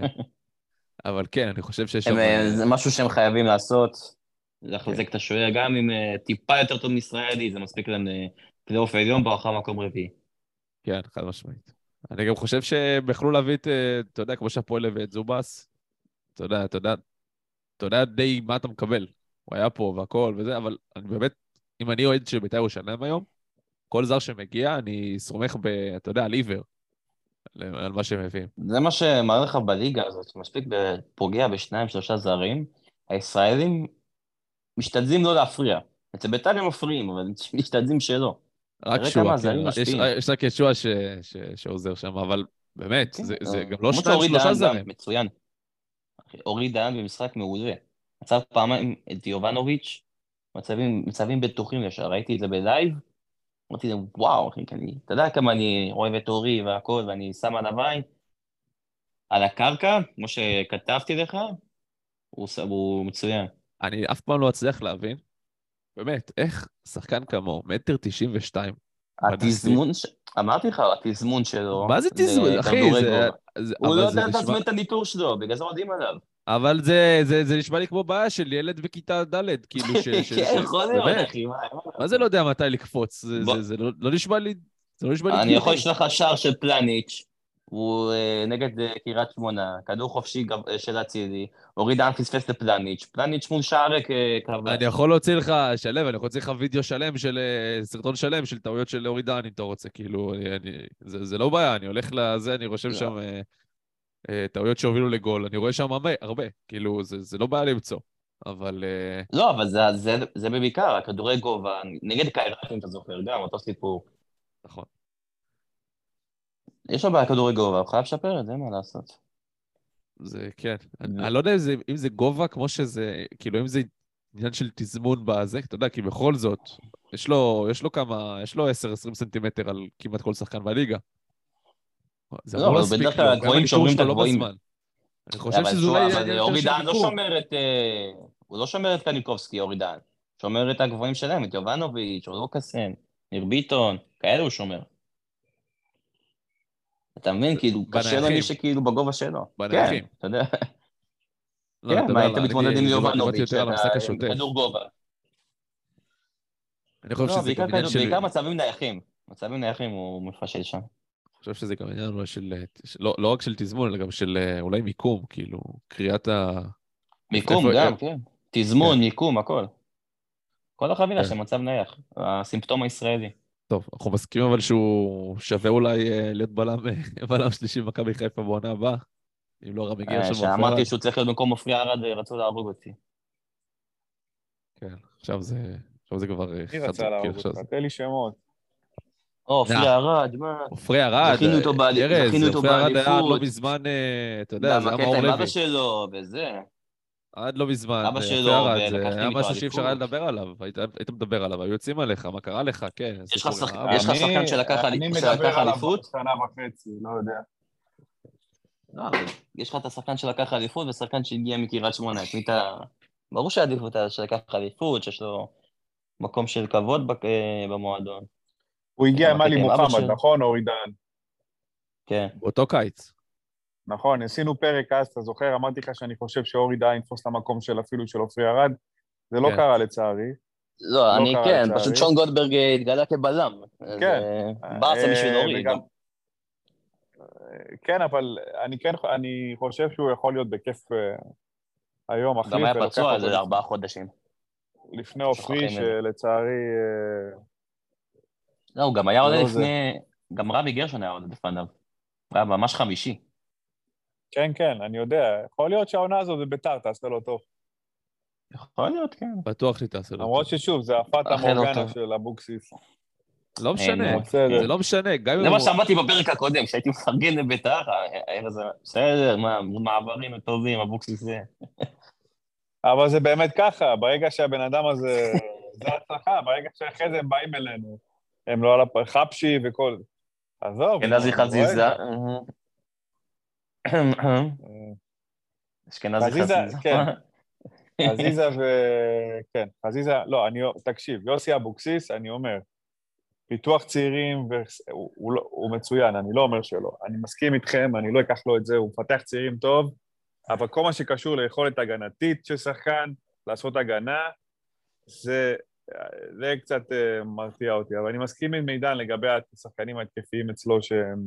כן, אני חושב שיש שם... זה משהו שהם חייבים לעשות, לחזק את השוער, גם אם טיפה יותר טוב מישראלי, זה מספיק להם פלייאוף העליון ברכה מקום רביעי. כן, חד משמעית. אני גם חושב שהם יכלו להביא את, אתה יודע, כמו שהפועל הביא את זובס, אתה יודע די מה אתה מקבל. הוא היה פה והכל וזה, אבל אני באמת, אם אני אוהד של בית"ר ירושלים היום, כל זר שמגיע, אני סומך אתה יודע, על עיוור, על מה שהם מביאים. זה מה שמראה לך בליגה הזאת, מספיק פוגע בשניים-שלושה זרים, הישראלים משתדלים לא להפריע. אצל בית"ר הם מפריעים, אבל משתדלים שלא. רק שועה, כן. יש רק את שועה שעוזר שם, אבל באמת, זה גם לא שניים-שלושה זרים. מצוין. אורי דהן במשחק מעולה. מצב פעמיים את יובנוביץ', מצבים בטוחים לשם, ראיתי את זה בלייב, אמרתי להם, וואו, אתה יודע כמה אני אוהב את אורי והכל, ואני שם עליו עין, על הקרקע, כמו שכתבתי לך, הוא מצוין. אני אף פעם לא אצליח להבין, באמת, איך שחקן כמו 1.92 מטר, התזמון, אמרתי לך, התזמון שלו, מה זה תזמון, אחי? הוא לא יודע לתזמן את הניטור שלו, בגלל זה עודים עליו. אבל זה נשמע לי כמו בעיה של ילד בכיתה ד', כאילו כן, יכול להיות, אחי. מה זה לא יודע מתי לקפוץ? זה לא נשמע לי... אני יכול לשלוח לך שער של פלניץ', הוא נגד קריית שמונה, כדור חופשי של הצידי, אורי דהן פספס לפלניץ', פלניץ' מול שער כבש. אני יכול להוציא לך, שלב, אני יכול להוציא לך וידאו שלם, סרטון שלם של טעויות של אורי דהן, אם אתה רוצה, כאילו, זה לא בעיה, אני הולך לזה, אני רושם שם טעויות שהובילו לגול, אני רואה שם הרבה, כאילו, זה לא בעיה למצוא, אבל... לא, אבל זה בבעיקר, הכדורי גובה, נגד קיירת, אם אתה זוכר, גם אותו סיפור. נכון. יש לו בעיה כדורי גובה, הוא חייב לשפר את זה, מה לעשות? זה כן, אני לא יודע אם זה גובה כמו שזה, כאילו אם זה עניין של תזמון בזה, אתה יודע, כי בכל זאת, יש לו 10-20 סנטימטר על כמעט כל שחקן בליגה. זה אמור להספיק לו, גם הניטור שלו לא בזמן. אני חושב שזה אולי... אבל אורי דהן הוא לא שומר את קניקובסקי, אורי דהן. שומר את הגבוהים שלהם, את יובנוביץ', או לוקאסן, ניר ביטון, כאלה הוא שומר. אתה מבין, כאילו, קשה לו מי שכאילו בגובה שלו. בנייחים. כן, אתה יודע. כן, מה היית מתמודד עם יובנוביץ', כדור גובה. אני חושב שזה גם עניין של... בעיקר מצבים נייחים. מצבים נייחים הוא מפשל שם. אני חושב שזה גם עניין לא רק של תזמון, אלא גם של אולי מיקום, כאילו, קריאת ה... מיקום גם, כן. תזמון, מיקום, הכל. כל החבילה של מצב נייח, הסימפטום הישראלי. טוב, אנחנו מסכימים אבל שהוא שווה אולי להיות בלם שלישי במכבי חיפה בעונה הבאה, אם לא רמי גרשון מפריע. שאמרתי שהוא צריך להיות במקום מפריע ארד ורצו להרוג אותי. כן, עכשיו זה כבר... מי רצה להרוג אותך? תן לי שמות. עופרי ארד, מה? עופרי ארד, זכינו אותו באליפות. עופרי ארד היה לא מזמן, אתה יודע, זה היה מאור לוי. עם אבא שלו וזה. עד לא מזמן, אבא שלו, זה היה משהו שאי אפשר היה לדבר עליו, היית מדבר עליו, היו יוצאים עליך, מה קרה לך, כן. יש לך שחקן שלקח אליפות? אני מדבר עליו שנה וחצי, לא יודע. לא, יש לך את השחקן שלקח אליפות ושחקן שהגיע מקריית שמונה, ברור שהעדיפות שלקח אליפות, שיש לו מקום של כבוד במועדון. הוא הגיע עם עלי מוחמד, נכון, אורי דהן? כן. באותו קיץ. נכון, עשינו פרק אז, אתה זוכר, אמרתי לך שאני חושב שאורי דהן יתפוס למקום של אפילו של עופרי ארד, זה לא קרה לצערי. לא, אני כן, פשוט שון גולדברג התגלה כבלם. כן. באסה בשביל אורי. כן, אבל אני חושב שהוא יכול להיות בכיף היום אחרי. גם היה פצוע איזה 4 חודשים. לפני עופרי שלצערי... לא, הוא גם היה עולה לפני... גם רבי גרשון היה עולה לפניו. היה ממש חמישי. כן, כן, אני יודע. יכול להיות שהעונה הזו זה ביתר, תעשה לו טוב. יכול להיות, כן. בטוח שתעשה לו טוב. למרות ששוב, זה הפת המורגנה של אבוקסיס. לא משנה, זה לא משנה. זה מה שאמרתי בפרק הקודם, שהייתי מפרגן לבית"ר, בסדר, מעברים טובים, אבוקסיס זה. אבל זה באמת ככה, ברגע שהבן אדם הזה, זה הצלחה, ברגע שאחרי זה הם באים אלינו, הם לא על חפשי וכל זה. עזוב. אשכנזי חזיזה. אשכנזי חזיזה. כן. חזיזה כן, חזיזה, לא, תקשיב, יוסי אבוקסיס, אני אומר, פיתוח צעירים, הוא מצוין, אני לא אומר שלא. אני מסכים איתכם, אני לא אקח לו את זה, הוא מפתח צעירים טוב, אבל כל מה שקשור ליכולת הגנתית של שחקן, לעשות הגנה, זה קצת מרתיע אותי, אבל אני מסכים עם מידן לגבי השחקנים ההתקפיים אצלו שהם...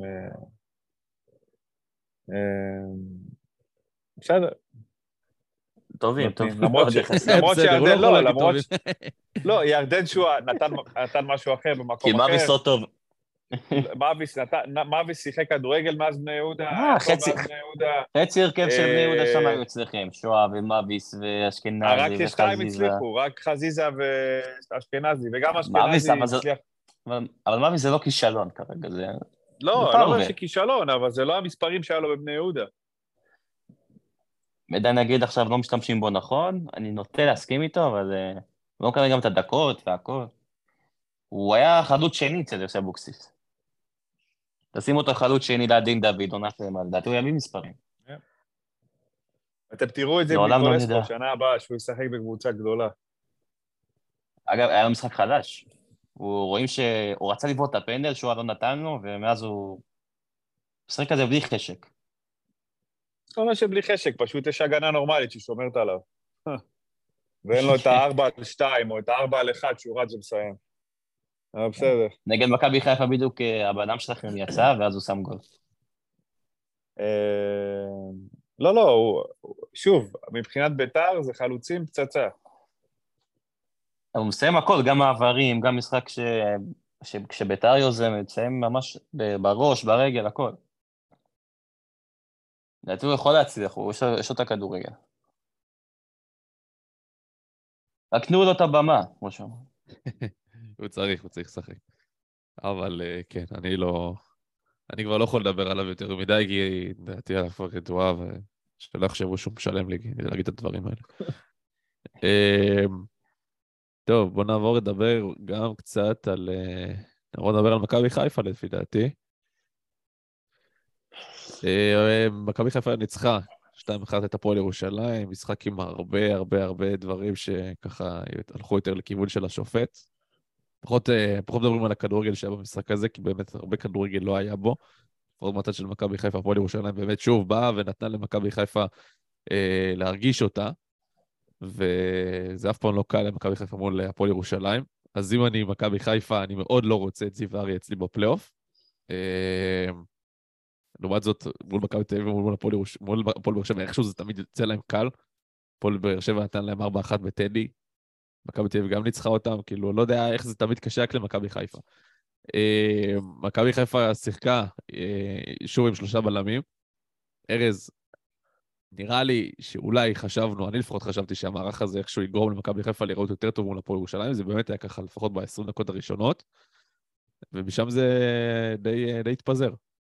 בסדר. טובים. למרות שירדן לא, למרות... לא, ירדן שואה נתן משהו אחר במקום אחר. כי מאביס לא טוב. מאביס שיחק כדורגל מאז בני יהודה. חצי הרכב של בני יהודה שם היו אצלכם, שואה ומאביס ואשכנזי וחזיזה. רק שתיים הצליחו, רק חזיזה ואשכנזי, וגם אשכנזי הצליח. אבל מאביס זה לא כישלון כרגע, זה... לא אומר שכישלון, אבל זה לא המספרים שהיה לו בבני יהודה. מידע נגיד עכשיו לא משתמשים בו נכון, אני נוטה להסכים איתו, אבל לא מקבל גם את הדקות והכל. הוא היה חלוץ שני אצל יוסי אבוקסיס. תשים אותו חלוץ שני ליד דוד, עונה שלמה, לדעתי הוא יביא מספרים. אתם תראו את זה בניקולסקו, שנה הבאה, שהוא ישחק בקבוצה גדולה. אגב, היה לו משחק חדש. רואים שהוא רצה לבעוט את הפנדל, שהוא לא נתן לו, ומאז הוא... משחק כזה בלי חשק. לא אומר שבלי חשק, פשוט יש הגנה נורמלית ששומרת עליו. ואין לו את ה-4-2 או את ה-4-1 שהוא רץ ומסיים. אבל בסדר. נגד מכבי חיפה בדיוק הבאדם שלכם יצא, ואז הוא שם גול. לא, שוב, מבחינת בית"ר זה חלוצים פצצה. הוא מסיים הכל, גם מעברים, גם משחק כשבית"ר יוזם, מסיים ממש בראש, ברגל, הכל. לדעתי הוא יכול להצליח, יש לו את הכדורגל. רק תנו לו את הבמה, כמו שאומר. הוא צריך לשחק. אבל כן, אני כבר לא יכול לדבר עליו יותר מדי, כי דעתי עליו כבר ידועה, ושלא יחשבו שהוא משלם לי להגיד את הדברים האלה. טוב, בוא נעבור לדבר גם קצת על... נעבור לדבר על מכבי חיפה, לפי דעתי. מכבי חיפה ניצחה 2-1 את הפועל ירושלים, משחק עם הרבה דברים שככה הלכו יותר לכיוון של השופט. פחות מדברים על הכדורגל שהיה במשחק הזה, כי באמת הרבה כדורגל לא היה בו. לפחות מהצד של מכבי חיפה, הפועל ירושלים באמת שוב באה ונתנה למכבי חיפה להרגיש אותה, וזה אף פעם לא קל למכבי חיפה מול הפועל ירושלים. אז אם אני מכבי חיפה, אני מאוד לא רוצה את זיו אריה אצלי בפלייאוף. לעומת זאת, מול מכבי תל אביב ומול הפועל באר שבע, איכשהו זה תמיד יוצא להם קל. הפועל באר שבע נתן להם 4-1 בטדי. מכבי תל אביב גם ניצחה אותם, כאילו, לא יודע איך זה תמיד קשה רק למכבי חיפה. מכבי חיפה שיחקה שוב עם 3 בלמים. ארז, נראה לי שאולי חשבנו, אני לפחות חשבתי שהמערך הזה איכשהו יגרום למכבי חיפה לראות יותר טוב מול הפועל ירושלים, זה באמת היה ככה לפחות ב-20 דקות הראשונות, ומשם זה די התפזר.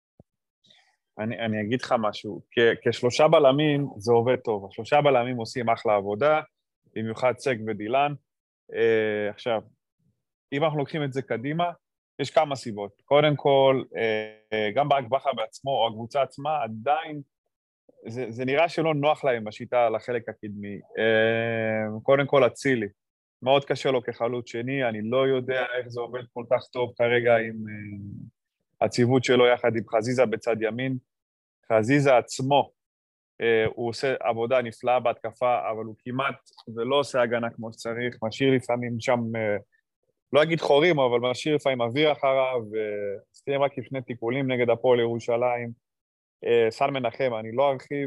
אני אגיד לך משהו, כ3 בלמים זה עובד טוב, 3 בלמים עושים אחלה עבודה, במיוחד סק ודילן. עכשיו, אם אנחנו לוקחים את זה קדימה, יש כמה סיבות. קודם כל, גם ברק בכר בעצמו, או הקבוצה עצמה, עדיין, זה נראה שלא נוח להם בשיטה לחלק הקדמי. קודם כל, אצילי. מאוד קשה לו כחלוץ שני, אני לא יודע איך זה עובד כל כך טוב כרגע עם הציוות שלו יחד עם חזיזה בצד ימין. חזיזה עצמו, הוא עושה עבודה נפלאה בהתקפה, אבל הוא כמעט ולא עושה הגנה כמו שצריך, משאיר לפעמים שם, לא אגיד חורים, אבל משאיר לפעמים אוויר אחריו, וסתיים רק לפני טיפולים נגד הפועל ירושלים. סל מנחם, אני לא ארחיב,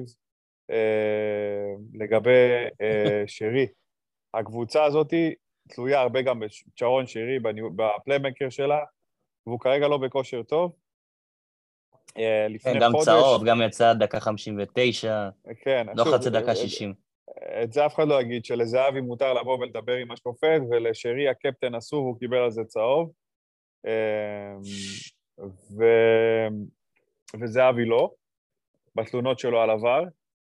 לגבי שרי. הקבוצה הזאת תלויה הרבה גם בשרון שרי, בפליימקר שלה, והוא כרגע לא בכושר טוב. גם צהוב, גם יצא דקה 59, לא חצי דקה 60. את זה אף אחד לא יגיד, שלזהבי מותר לבוא ולדבר עם השופט, ולשרי הקפטן אסור, הוא קיבל על זה צהוב. וזהבי לא, בתלונות שלו על עבר,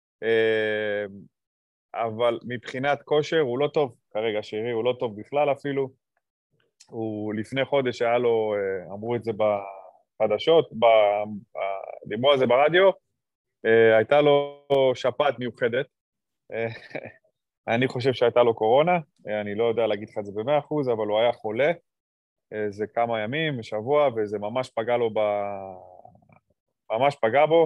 אבל מבחינת כושר הוא לא טוב כרגע, שירי, הוא לא טוב בכלל אפילו. הוא לפני חודש היה לו, אמרו את זה בחדשות, דיברו על זה ברדיו, הייתה לו שפעת מיוחדת. אני חושב שהייתה לו קורונה, אני לא יודע להגיד לך את זה ב100%, אבל הוא היה חולה, זה כמה ימים, שבוע, וזה ממש פגע לו ממש פגע בו,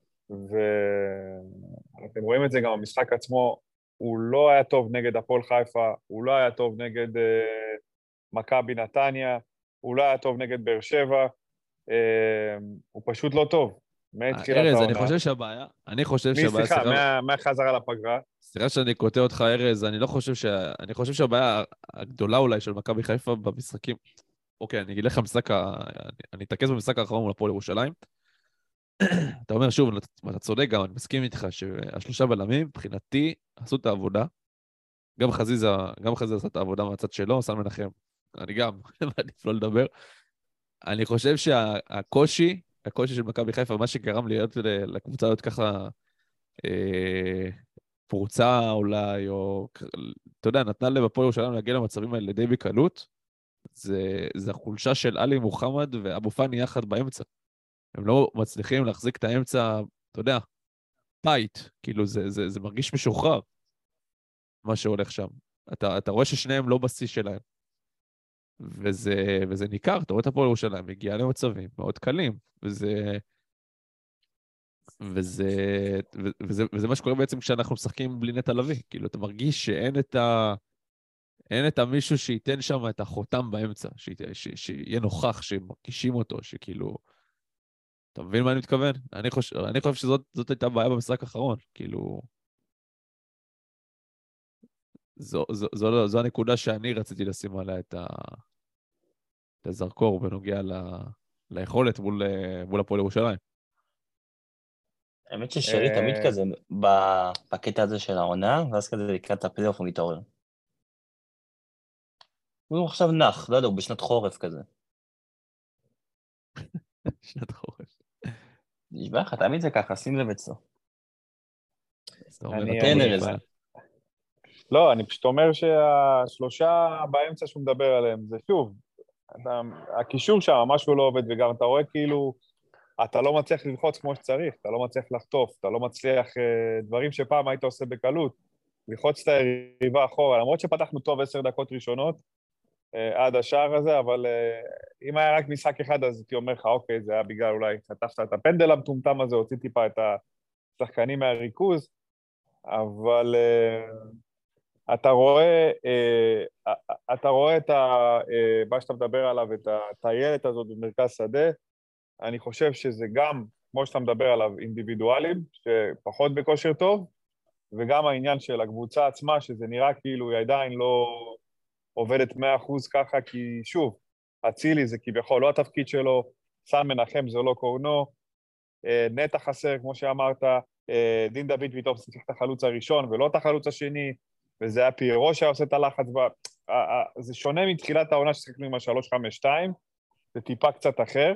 ואתם רואים את זה גם במשחק עצמו, הוא לא היה טוב נגד הפועל חיפה, הוא לא היה טוב נגד מכבי נתניה, הוא לא היה טוב נגד באר שבע, הוא פשוט לא טוב. ארז, אני חושב שהבעיה... סליחה, מהחזרה לפגרה. סליחה שאני קוטע אותך, ארז, אני חושב שהבעיה הגדולה אולי של מכבי חיפה במשחקים... אוקיי, אני אגיד לך אני אתעכז במשחק האחרון מול הפועל ירושלים. אתה אומר שוב, אתה צודק גם, אני מסכים איתך שהשלושה בלמים, מבחינתי, עשו את העבודה. גם חזיזה עשה את העבודה מהצד שלו, סן מנחם, אני גם, מעדיף לא לדבר. אני חושב שהקושי של מכבי חיפה, מה שגרם להיות לקבוצה להיות ככה פרוצה אולי, או אתה יודע, נתנה לב הפועל ירושלים להגיע למצבים האלה די בקלות, זה החולשה של עלי מוחמד ואבו פאני יחד באמצע. הם לא מצליחים להחזיק את האמצע, אתה יודע, טייט, כאילו זה מרגיש משוחרר, מה שהולך שם. אתה רואה ששניהם לא בשיא שלהם. וזה ניכר, אתה רואה את הפועל ירושלים, מגיע למצבים מאוד קלים, וזה מה שקורה בעצם כשאנחנו משחקים בלי נטע לביא, כאילו אתה מרגיש שאין את המישהו שייתן שם את החותם באמצע, שיהיה נוכח, שמרגישים אותו, שכאילו, אתה מבין מה אני מתכוון? אני חושב שזאת הייתה בעיה במשחק האחרון, כאילו, זו הנקודה שאני רציתי לשים עליה את הזרקור בנוגע ליכולת מול הפועל ירושלים. האמת ששרי תמיד כזה בקטע הזה של העונה, ואז כזה לקראת הפלייאוף הוא מתעורר. הוא עכשיו נח, לא יודע, הוא בשנת חורף כזה. שנת חורף. נשבע לך, תמיד זה ככה, שים לב אצלו. לא, אני פשוט אומר שהשלושה באמצע שהוא מדבר עליהם, זה שוב, הקישור שם, משהו לא עובד, וגם אתה רואה כאילו, אתה לא מצליח ללחוץ כמו שצריך, אתה לא מצליח לחטוף, אתה לא מצליח דברים שפעם היית עושה בקלות, ללחוץ את היריבה אחורה, למרות שפתחנו טוב 10 דקות ראשונות, עד השער הזה, אבל אם היה רק משחק אחד, אז הייתי אומר לך, אוקיי, זה היה בגלל אולי חטפת את הפנדל המטומטם הזה, הוציא טיפה את השחקנים מהריכוז, אבל אתה רואה את מה שאתה מדבר עליו, את הטיילת הזאת במרכז שדה, אני חושב שזה גם, כמו שאתה מדבר עליו, אינדיבידואלים, שפחות בכושר טוב, וגם העניין של הקבוצה עצמה, שזה נראה כאילו היא עדיין לא עובדת 100% ככה, כי שוב, אצילי זה כביכול לא התפקיד שלו, סן מנחם זה לא קורנו, נטע חסר, כמו שאמרת, דין דוד פתאום שיחק את החלוץ הראשון ולא את החלוץ השני, וזה היה פיירו שעושה את הלחץ, זה שונה מתחילת העונה ששיחקנו עם ה-3-5-2, זה טיפה קצת אחר,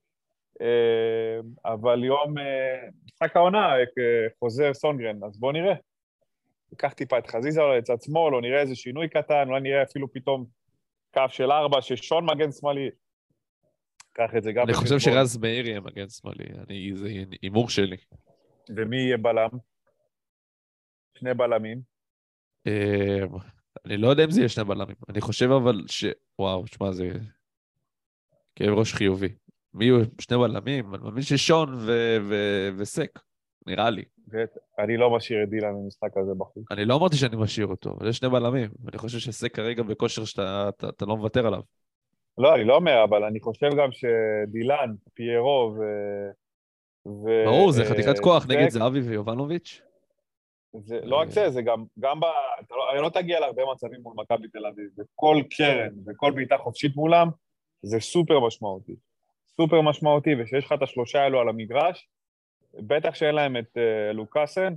אבל יום משחק העונה חוזר סונגרן, אז בואו נראה. ניקח טיפה את חזיזה אולי לצד שמאל, או נראה איזה שינוי קטן, אולי נראה אפילו פתאום קו של 4, ששון מגן שמאלי. קח את זה גם. אני חושב שרז מאיר יהיה מגן שמאלי, זה אימור שלי. ומי יהיה בלם? שני בלמים? אני לא יודע אם זה יהיה שני בלמים. אני חושב אבל וואו, שמה, זה כאב ראש חיובי. מי יהיו שני בלמים? אני מאמין ששון וסק, נראה לי. אני לא משאיר את דילן במשחק הזה בחוץ. אני לא אמרתי שאני משאיר אותו, אבל יש שני בלמים. אני חושב שסק כרגע בכושר שאתה לא מוותר עליו. לא, אני לא אומר, אבל אני חושב גם שדילן, פיירו ברור, זה חתיכת כוח נגד זהבי ויובנוביץ'. לא רק זה גם אני לא תגיע להרבה מצבים מול מכבי תל אביב, וכל קרן וכל בעיטה חופשית מולם, זה סופר משמעותי. סופר משמעותי, ושיש לך את השלושה האלו על המגרש, בטח שאין להם את לוקאסן,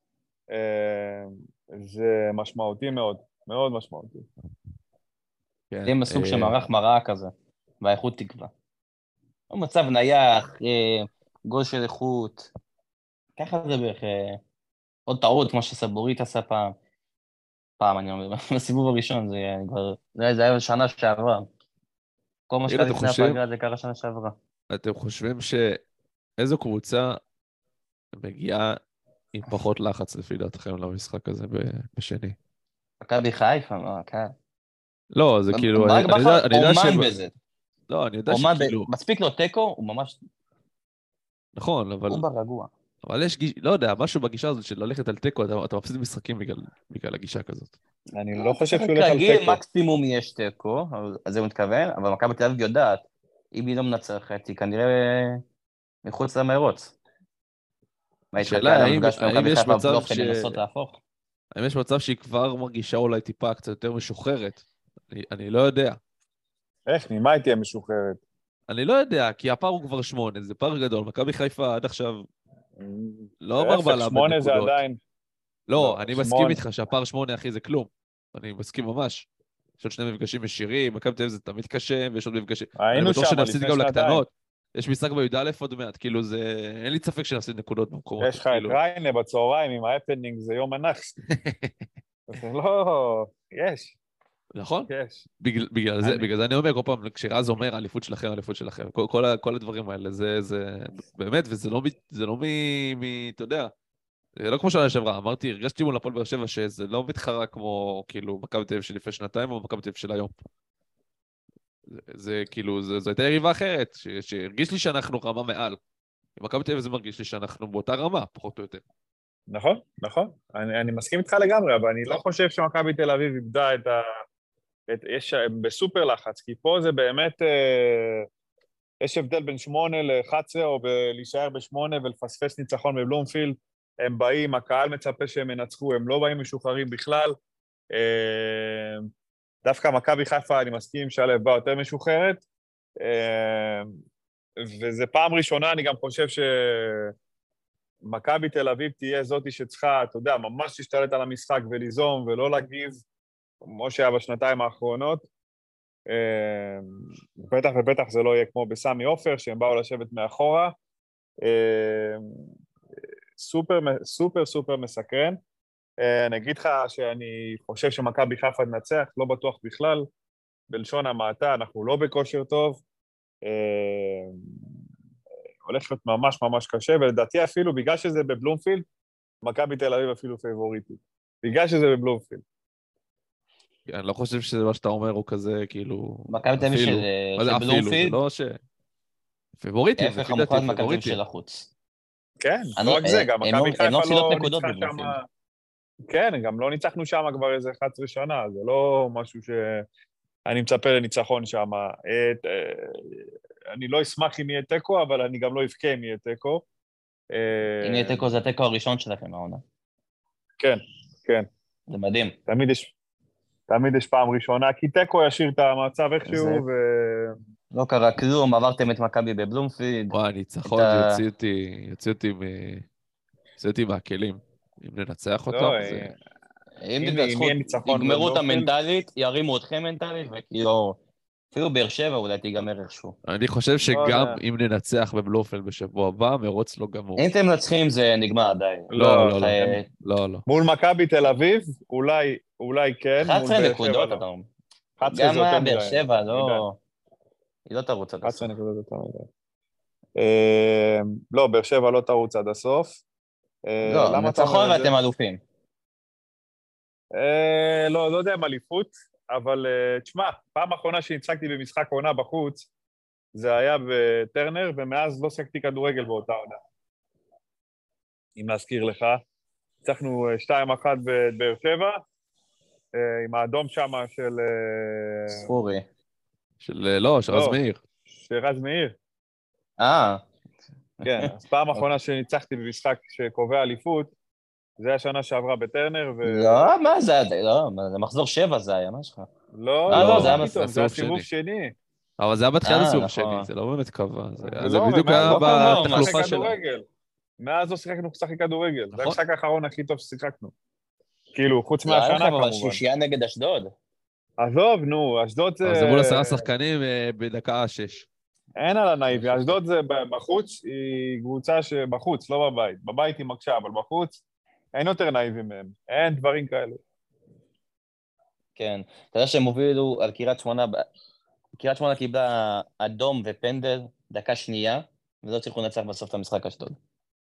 זה משמעותי מאוד, מאוד משמעותי. זה מסוג שמערך מראה כזה. והאיכות תקווה. לא מצב נייח, גול של איכות, ככה זה בערך, עוד טעות, כמו שסבורית עשה פעם, אני אומר, בסיבוב הראשון, זה היה שנה שעברה. כל מה שקרה לפני הפגרה זה קרה שנה שעברה. אתם חושבים שאיזו קבוצה מגיעה עם פחות לחץ לפי דעתכם למשחק הזה בשני? מכבי חיפה, מה, כן. לא, זה כאילו, אני יודע ש... אומן בזה. לא, אני יודע שכאילו... מספיק לו טקו, הוא ממש... נכון, אבל... הוא ברגוע. אבל יש, לא יודע, משהו בגישה הזאת של ללכת על טקו, אתה מפסיד משחקים בגלל הגישה כזאת. אני לא חושב שהוא הולך על טקו. מקסימום יש טקו, אז זה מתכוון, אבל מכבי תל אביב יודעת, אם היא לא מנצחת, היא כנראה מחוץ למרוץ. השאלה, האם יש מצב שהיא כבר מרגישה אולי טיפה קצת יותר משוחררת? אני לא יודע. איך, ממה היא תהיה משוחררת? אני לא יודע, כי הפער הוא כבר 8, זה פער גדול. מכבי חיפה עד עכשיו לא מרבה לה בנקודות. 8 זה עדיין... לא, אני מסכים איתך שהפער 8, אחי, זה כלום. אני מסכים ממש. יש עוד 2 מפגשים ישירים, מכבי תל אביב זה תמיד קשה, ויש עוד מפגשים... היינו שם, לפני שנתיים. יש משחק בי"א עוד מעט, כאילו זה... אין לי ספק שנפסיד נקודות במקומות. יש לך את ריינה בצהריים עם ההפנינג, זה יום הנכס. זה לא... יש. נכון? יש. בגלל זה אני אומר כל פעם, כשרז אומר, האליפות שלכם, האליפות שלכם, כל הדברים האלה, זה באמת, וזה לא אתה יודע, זה לא כמו שנה שעברה, אמרתי, הרגשתי מול הפועל באר שבע, שזה לא מתחרה כמו, כאילו, מכבי תל אביב של לפני שנתיים, או מכבי תל אביב של היום. זה כאילו, זו הייתה יריבה אחרת, שהרגיש לי שאנחנו רמה מעל. מכבי תל אביב זה מרגיש לי שאנחנו באותה רמה, פחות או יותר. נכון, נכון. אני מסכים איתך לגמרי, אבל אני לא חושב שמכבי תל אביב איבדה את ה... יש בסופר לחץ, כי פה זה באמת... יש הבדל בין 8 ל-11, או להישאר ב8 ולפספס ניצחון בבלומפילד. הם באים, הקהל מצפה שהם ינצחו, הם לא באים משוחררים בכלל. דווקא מכבי חיפה, אני מסכים שהלב בא יותר משוחררת, וזה פעם ראשונה, אני גם חושב שמכבי תל אביב תהיה זאתי שצריכה, אתה יודע, ממש להשתלט על המשחק וליזום ולא להגיב, כמו שהיה בשנתיים האחרונות. בטח זה לא יהיה כמו בסמי עופר, שהם באו לשבת מאחורה. סופר מסקרן. אני אגיד לך שאני חושב שמכבי חיפה תנצח, לא בטוח בכלל, בלשון המעטה, אנחנו לא בכושר טוב, הולך להיות ממש ממש קשה, ולדעתי אפילו, בגלל שזה בבלומפילד, מכבי תל אביב אפילו פייבוריטית, בגלל שזה בבלומפילד. אני לא חושב שזה מה שאתה אומר הוא כזה, כאילו... מכבי תל אביב של בלומפילד? זה לא ש... פייבוריטים, ההפך המוחלט מכבי תל אביב של החוץ. כן, לא רק זה, גם מכבי חיפה לא נקודות ניצחה שם... כן, גם לא ניצחנו שם כבר איזה 11 שנה, זה לא משהו שאני מצפה לניצחון שם. אני לא אשמח אם יהיה טקו, אבל אני גם לא אבכה אם יהיה טקו. אם יהיה טקו, זה הטקו הראשון שלכם, העונה. כן, כן. זה מדהים. תמיד יש פעם ראשונה, כי טקו ישאיר את המצב איכשהו, לא קרה כלום, עברתם את מכבי בבלומפילד. וואי, ניצחון, יוציא אותי מהכלים. אם ננצח אותם, זה... אם תנצחו, יגמרו אותה מנטלית, ירימו אתכם מנטלית, וכאילו, אפילו באר שבע אולי תיגמר איכשהו. אני חושב שגם אם ננצח בבלומפילד בשבוע הבא, מרוץ לא גמור. אם אתם מנצחים זה נגמר די. לא. מול מכבי תל אביב, אולי כן. 11 נקודות, אתה אומר. גם באר שבע, לא... היא לא תרוץ עד הסוף. 11 נקודות יותר מדי. לא, באר שבע לא תרוץ עד הסוף. לא, ניצחון ואתם אלופים. לא יודע אם אליפות, אבל תשמע, פעם האחרונה שהצחקתי במשחק עונה בחוץ, זה היה בטרנר, ומאז לא שחקתי כדורגל באותה עונה. אם להזכיר לך, הצחנו 2-1 בבאר שבע, עם האדום שמה של... ספורי. של רז מאיר. של רז מאיר. כן, אז פעם האחרונה שניצחתי במשחק שקובע אליפות, זה היה שנה שעברה בטרנר ו... לא, מה זה? לא, זה מחזור 7 זה היה, מה שלך? לא, זה היה סיבוב שני. אבל זה היה בתחילת הסיבוב שני, זה לא באמת קבע. זה בדיוק היה בתחלופה שלה. מאז לא שיחקנו שחק כדורגל, זה המשחק האחרון הכי טוב ששיחקנו. כאילו, חוץ מהשנה כמובן. אבל שישייה נגד אשדוד. עזוב, נו, אשדוד זה... אבל זה מול 10 שחקנים בדקה 6. אין על הנאיבי, אשדוד זה בחוץ, היא קבוצה שבחוץ, לא בבית. בבית היא מקשה, אבל בחוץ אין יותר נאיבים מהם, אין דברים כאלה. כן, אתה יודע שהם הובילו על קריית שמונה, קריית שמונה קיבלה אדום ופנדל, דקה שנייה, ולא צריכו לנצח בסוף את המשחק אשדוד.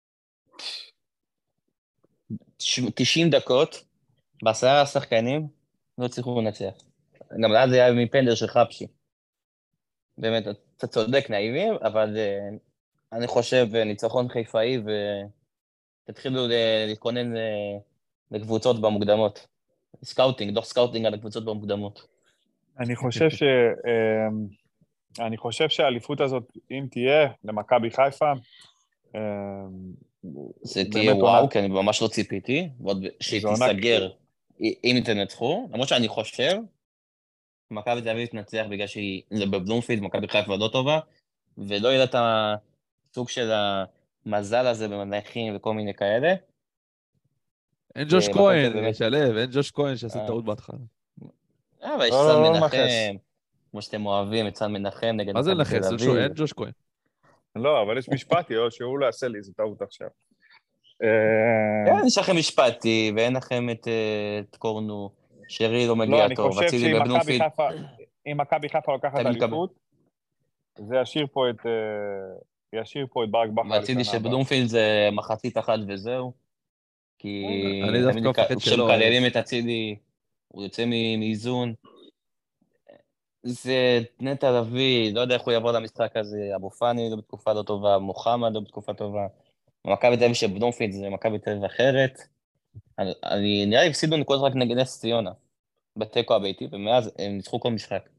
90 דקות, ב10 שחקנים, לא צריכו לנצח. גם אז זה היה מפנדל של חפשי. באמת, אתה צודק נאיבים, אבל אני חושב ניצחון חיפאי, ותתחילו להתכונן לקבוצות במוקדמות. סקאוטינג, דוח סקאוטינג על הקבוצות במוקדמות. אני חושב שהאליפות הזאת, אם תהיה למכבי חיפה, זה תהיה וואו, כי אני ממש לא ציפיתי, ועוד שהיא תיסגר אם תנצחו, למרות שאני חושב, מכבי תל אביב תנצח בגלל שהיא בבלומפילד, מכבי חיפה לא טובה, ולא יהיה את הסוג של המזל הזה במנחים וכל מיני כאלה. אין ג'וש כהן, שלב, אין ג'וש כהן שעשה טעות בהתחלה. אבל יש סן מנחם, כמו שאתם אוהבים, את סן מנחם נגד מה זה לנחס? אין ג'וש כהן. לא, אבל יש משפטי, או שהוא לא יעשה לי, זה טעות עכשיו. יש לכם משפטי, ואין לכם את קורנו, שרי לא מגיע טוב. לא, אני חושב שאם מכבי חיפה לוקחת אליפות, זה ישאיר פה את ברק בכר. רציתי שבלומפילד זה מחצית אחת וזהו, כי אני דווקא מפחד שלא. כשמקללים את הצידי, הוא יוצא מאיזון. זה נטע לביא, לא יודע איך הוא יעבור למשחק הזה, אבו פאני לא בתקופה לא טובה, מוחמד לא בתקופה טובה. מכבי תל אביב שבלומפילד זה מכבי תל אביב אחרת. אני נראה לי הפסידו נקודות רק נגד נס ציונה, בתיקו הביתי, ומאז הם ניצחו כל משחק.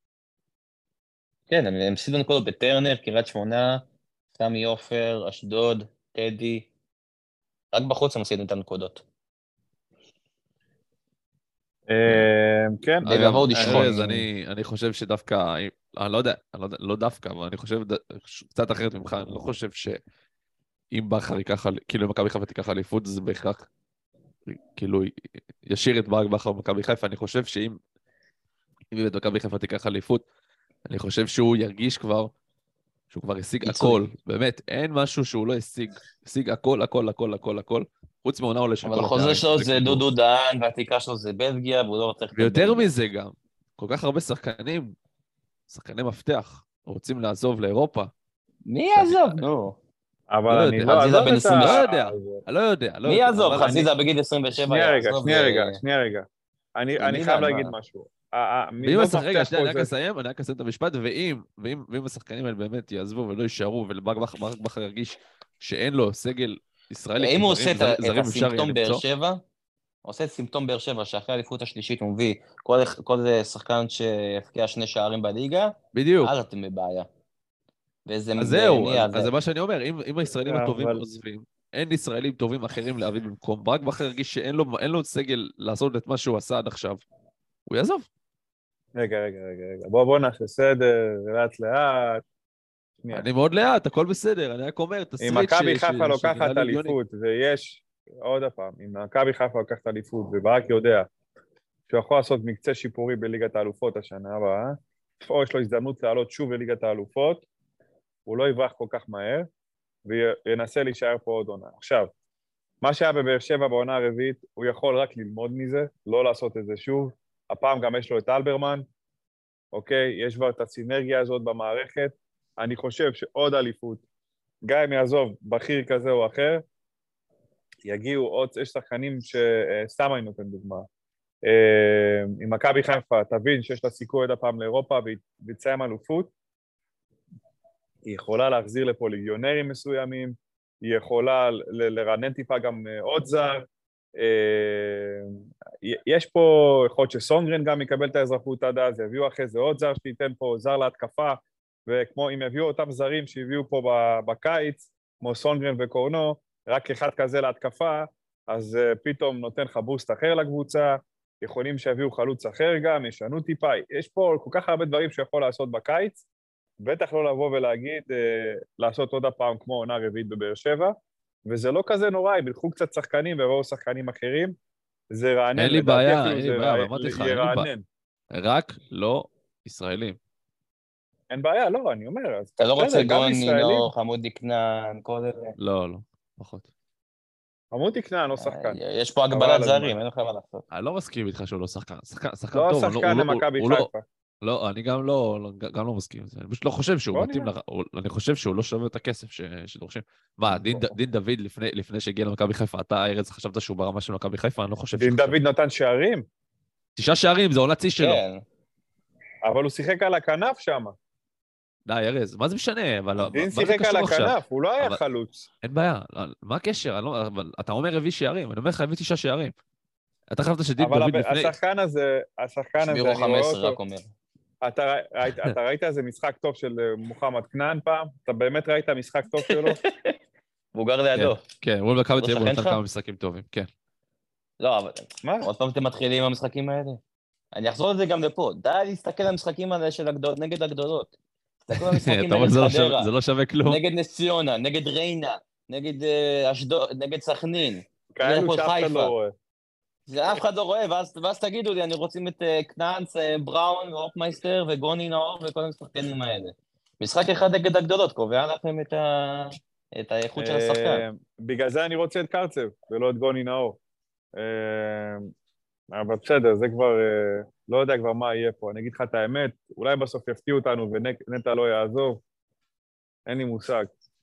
כן, הם הפסידו נקודות בטרנר, קריית שמונה, סמי עופר, אשדוד, טדי. רק בחוץ הם עשיתם את הנקודות. כן. אני חושב שדווקא, אני לא יודע, לא דווקא, אבל אני חושב קצת אחרת ממך, אני לא חושב שאם בכר ייקח, כאילו אם מכבי חיפה תיקח אליפות, זה בהכרח, כאילו, ישאיר את ברק בכר במכבי חיפה. אני חושב שאם באמת מכבי חיפה תיקח אליפות, אני חושב שהוא ירגיש כבר, שהוא כבר השיג הכל, באמת, אין משהו שהוא לא השיג הכל, חוץ מעונה עולה של כל אבל החוזה שלו זה דודו דהן, והתקרה שלו זה בלגיה, והוא לא רוצה... ויותר מזה גם, כל כך הרבה שחקני מפתח, רוצים לעזוב לאירופה. מי יעזוב? נו. אבל אני לא יודע. מי יעזוב? חזיזה בגיל 27 יעזוב. שנייה רגע. אני חייב להגיד משהו. רגע, אני רק אסיים את המשפט, ואם השחקנים האלה באמת יעזבו ולא יישארו, וברק בכר ירגיש שאין לו סגל ישראלי, אם הוא עושה את הסימפטום באר שבע, עושה את סימפטום באר שבע, שאחרי האליפות השלישית הוא מביא כל שחקן שהפקיע 2 שערים בליגה, בדיוק. אז אתם בבעיה. אז זהו, אז זה מה שאני אומר, אם הישראלים הטובים עוזבים, אין ישראלים טובים אחרים להביא במקום, ברק בכר ירגיש שאין לו סגל לעשות את מה שהוא עשה עד עכשיו, הוא יעזוב. רגע, בוא נעשה סדר, לאט. אני מאוד לאט, הכל בסדר, אני רק אומר, תסריט אם מכבי חיפה לוקחת אליפות, ויש, עוד הפעם, אם מכבי חיפה לוקחת אליפות, וברק יודע שהוא יכול לעשות מקצה שיפורי בליגת האלופות השנה הבאה, או יש לו הזדמנות לעלות שוב בליגת האלופות, הוא לא יברח כל כך מהר, וינסה להישאר פה עוד עונה. עכשיו, מה שהיה בבאר שבע בעונה הרביעית, הוא יכול רק ללמוד מזה, לא לעשות את זה שוב, הפעם גם יש לו את אלברמן, אוקיי? יש כבר את הסינרגיה הזאת במערכת, אני חושב שעוד אליפות, גם אם יעזוב בכיר כזה או אחר, יגיעו עוד, יש שחקנים שסתם אני נותן דוגמה. אם מכבי חיפה תבין שיש לה סיכוי עוד הפעם לאירופה ותסיים אלופות, היא יכולה להחזיר לפה ליגיונרים מסוימים, היא יכולה לרענן טיפה גם עוד זר, יש פה, יכול להיות שסונגרן גם יקבל את האזרחות עד אז, יביאו אחרי זה עוד זר שתיתן פה, זר להתקפה, וכמו אם יביאו אותם זרים שהביאו פה בקיץ, כמו סונגרן וקורנו, רק אחד כזה להתקפה, אז פתאום נותן לך בוסט אחר לקבוצה, יכולים שיביאו חלוץ אחר גם, ישנו טיפה, יש פה כל כך הרבה דברים שיכול לעשות בקיץ, בטח לא לבוא ולהגיד, לעשות עוד הפעם כמו עונה רביעית בבאר שבע, וזה לא כזה נורא, אם ילכו קצת שחקנים ויבואו שחקנים אחרים, זה רענן. אין לי בעיה, אמרתי לך, רק לא ישראלים. אין בעיה, לא, אני אומר. אתה לא רוצה גוני, לא, חמודי כנען, כל אלה. לא, פחות. חמודי כנען, לא שחקן. יש פה הגבלת זרים, אין לך מה לעשות. אני לא מסכים איתך שהוא לא שחקן. שחקן לא טוב. שחקן למכבי חיפה. לא, אני גם לא מסכים עם זה. אני פשוט לא חושב שהוא מתאים, אני חושב שהוא לא שווה את הכסף שדורשים. מה, דין דוד לפני שהגיע למכבי חיפה, אתה ארז חשבת שהוא ברמה של מכבי חיפה, אני לא חושב דין דוד נתן שערים? 9 שערים, זה עונת שיא שלו. אבל הוא שיחק על הכנף שם. די, ארז, מה זה משנה? דין שיחק על הכנף, הוא לא היה חלוץ. אין בעיה, מה הקשר? אתה אומר הביא שערים, אני אומר לך הביא 9 שערים. אתה חשבת שדין דוד לפני... אבל השחקן הזה, שמירו 15 רק אומר. אתה ראית איזה משחק טוב של מוחמד כנען פעם? אתה באמת ראית משחק טוב שלו? הוא גר לידו. כן, הוא מכבי תל אביב, הוא נתן כמה משחקים טובים, כן. לא, אבל... עוד פעם אתם מתחילים עם המשחקים האלה? אני אחזור לזה גם לפה. די להסתכל על המשחקים האלה נגד הגדולות. תסתכלו על המשחקים נגד חדרה. זה לא שווה כלום. נגד נס ציונה, נגד ריינה, נגד אשדוד, נגד סכנין. כאלו שאף אחד לא רואה. זה אף אחד לא רואה, ואז תגידו לי, אני רוצים את קנאנץ, בראון, אופמייסטר וגוני נאור וכל המשחקנים האלה. משחק אחד נגד הגדולות, קובע לכם את האיכות של השחקן. בגלל זה אני רוצה את קרצב, ולא את גוני נאור. אבל בסדר, זה כבר, לא יודע כבר מה יהיה פה. אני אגיד לך את האמת, אולי בסוף יפתיעו אותנו ונטע לא יעזוב. אין לי מושג.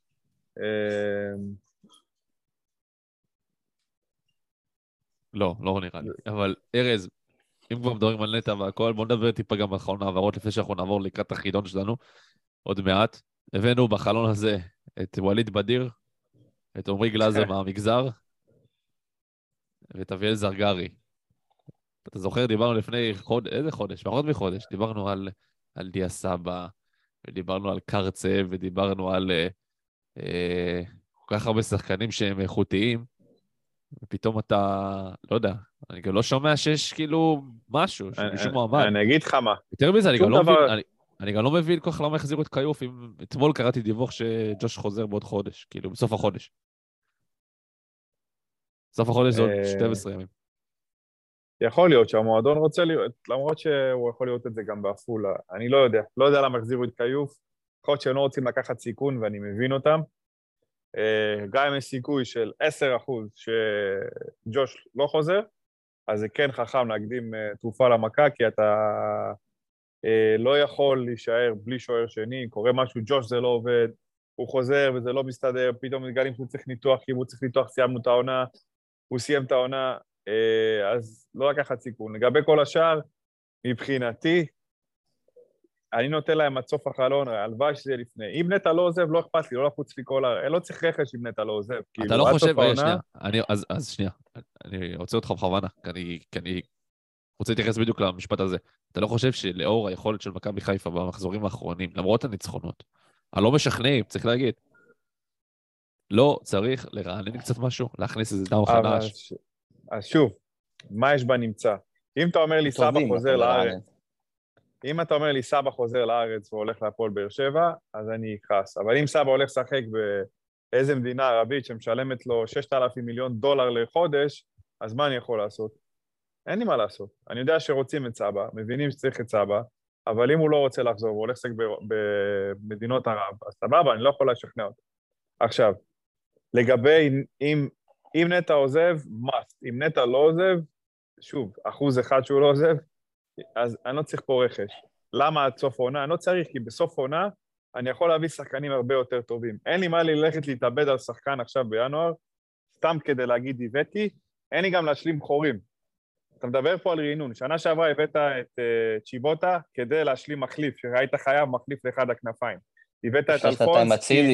לא נראה לי. אבל ארז, אם כבר מדברים על נטע והכל, בואו נדבר טיפה גם על חלון העברות לפני שאנחנו נעבור לקראת החידון שלנו. עוד מעט. הבאנו בחלון הזה את ווליד בדיר, את עומרי גלאזר מהמגזר, ואת אביאל זרגרי. אתה זוכר, דיברנו לפני איזה חודש? פחות מחודש. דיברנו על דיה סבא, ודיברנו על קרצב, ודיברנו על כל כך הרבה שחקנים שהם איכותיים, ופתאום אתה, לא יודע, אני גם לא שומע שיש כאילו משהו, שמישהו מועמד. אני אגיד לך מה. יותר מזה, אני גם לא מבין כל כך למה החזירו את קיוף, אם אתמול קראתי דיווח שג'וש חוזר בעוד חודש, כאילו בסוף החודש. בסוף החודש זה עוד 12 ימים. יכול להיות שהמועדון רוצה להיות, למרות שהוא יכול להיות את זה גם באפולה. אני לא יודע למה החזירו את קיוף. יכול להיות שהם לא רוצים לקחת סיכון, ואני מבין אותם. גם אם יש סיכוי של 10% שג'וש לא חוזר, אז זה כן חכם להקדים תרופה למכה, כי אתה לא יכול להישאר בלי שוער שני, קורה משהו, ג'וש זה לא עובד, הוא חוזר וזה לא מסתדר, פתאום נגלים שהוא צריך ניתוח, כי אם הוא צריך ניתוח סיימנו את העונה, הוא סיים את העונה, אז לא לקחת סיכון. לגבי כל השאר, מבחינתי, אני נותן להם עד סוף החלון, הלוואי שזה לפני. אם נטע לא עוזב, לא אכפת לי, לא לחוץ לי כל לא צריך רכש אם נטע לא עוזב. אתה לא חושב, שנייה, אז שנייה, אני רוצה אותך בכוונה, כי אני רוצה להתייחס בדיוק למשפט הזה. אתה לא חושב שלאור היכולת של מכבי חיפה במחזורים האחרונים, למרות הניצחונות, הלא משכנעים, צריך להגיד, לא צריך לרענן קצת משהו, להכניס איזה דם חדש. אז שוב, מה יש בנמצא? אם אתה אומר לי סבא חוזר לארץ, אם אתה אומר לי סבא חוזר לארץ והולך להפועל באר שבע, אז אני אכעס. אבל אם סבא הולך לשחק באיזה מדינה ערבית שמשלמת לו $6,000 מיליון לחודש, אז מה אני יכול לעשות? אין לי מה לעשות. אני יודע שרוצים את סבא, מבינים שצריך את סבא, אבל אם הוא לא רוצה לחזור והוא הולך לשחק במדינות ערב, אז סבבה, אני לא יכול לשכנע אותו. עכשיו, לגבי אם נטע עוזב, must. אם נטע לא עוזב, שוב, 1% שהוא לא עוזב, אז אני לא צריך פה רכש. למה עד סוף עונה? אני לא צריך, כי בסוף עונה אני יכול להביא שחקנים הרבה יותר טובים. אין לי מה ללכת להתאבד על שחקן עכשיו בינואר, סתם כדי להגיד הבאתי, אין לי גם להשלים חורים. אתה מדבר פה על רענון. שנה שעברה הבאת את צ'יבוטה כדי להשלים מחליף, שהיית חייב מחליף לאחד הכנפיים. הבאת את אלפונס...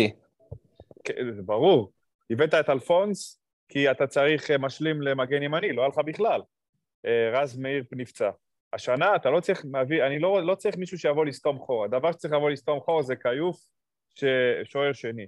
זה ברור. הבאת את אלפונס כי אתה צריך משלים למגן ימני, לא היה לך בכלל. רז מאיר נפצע. השנה אתה לא צריך, אני לא צריך מישהו שיבוא לסתום חור. הדבר שצריך לבוא לסתום חור זה קיוף ששוער שני.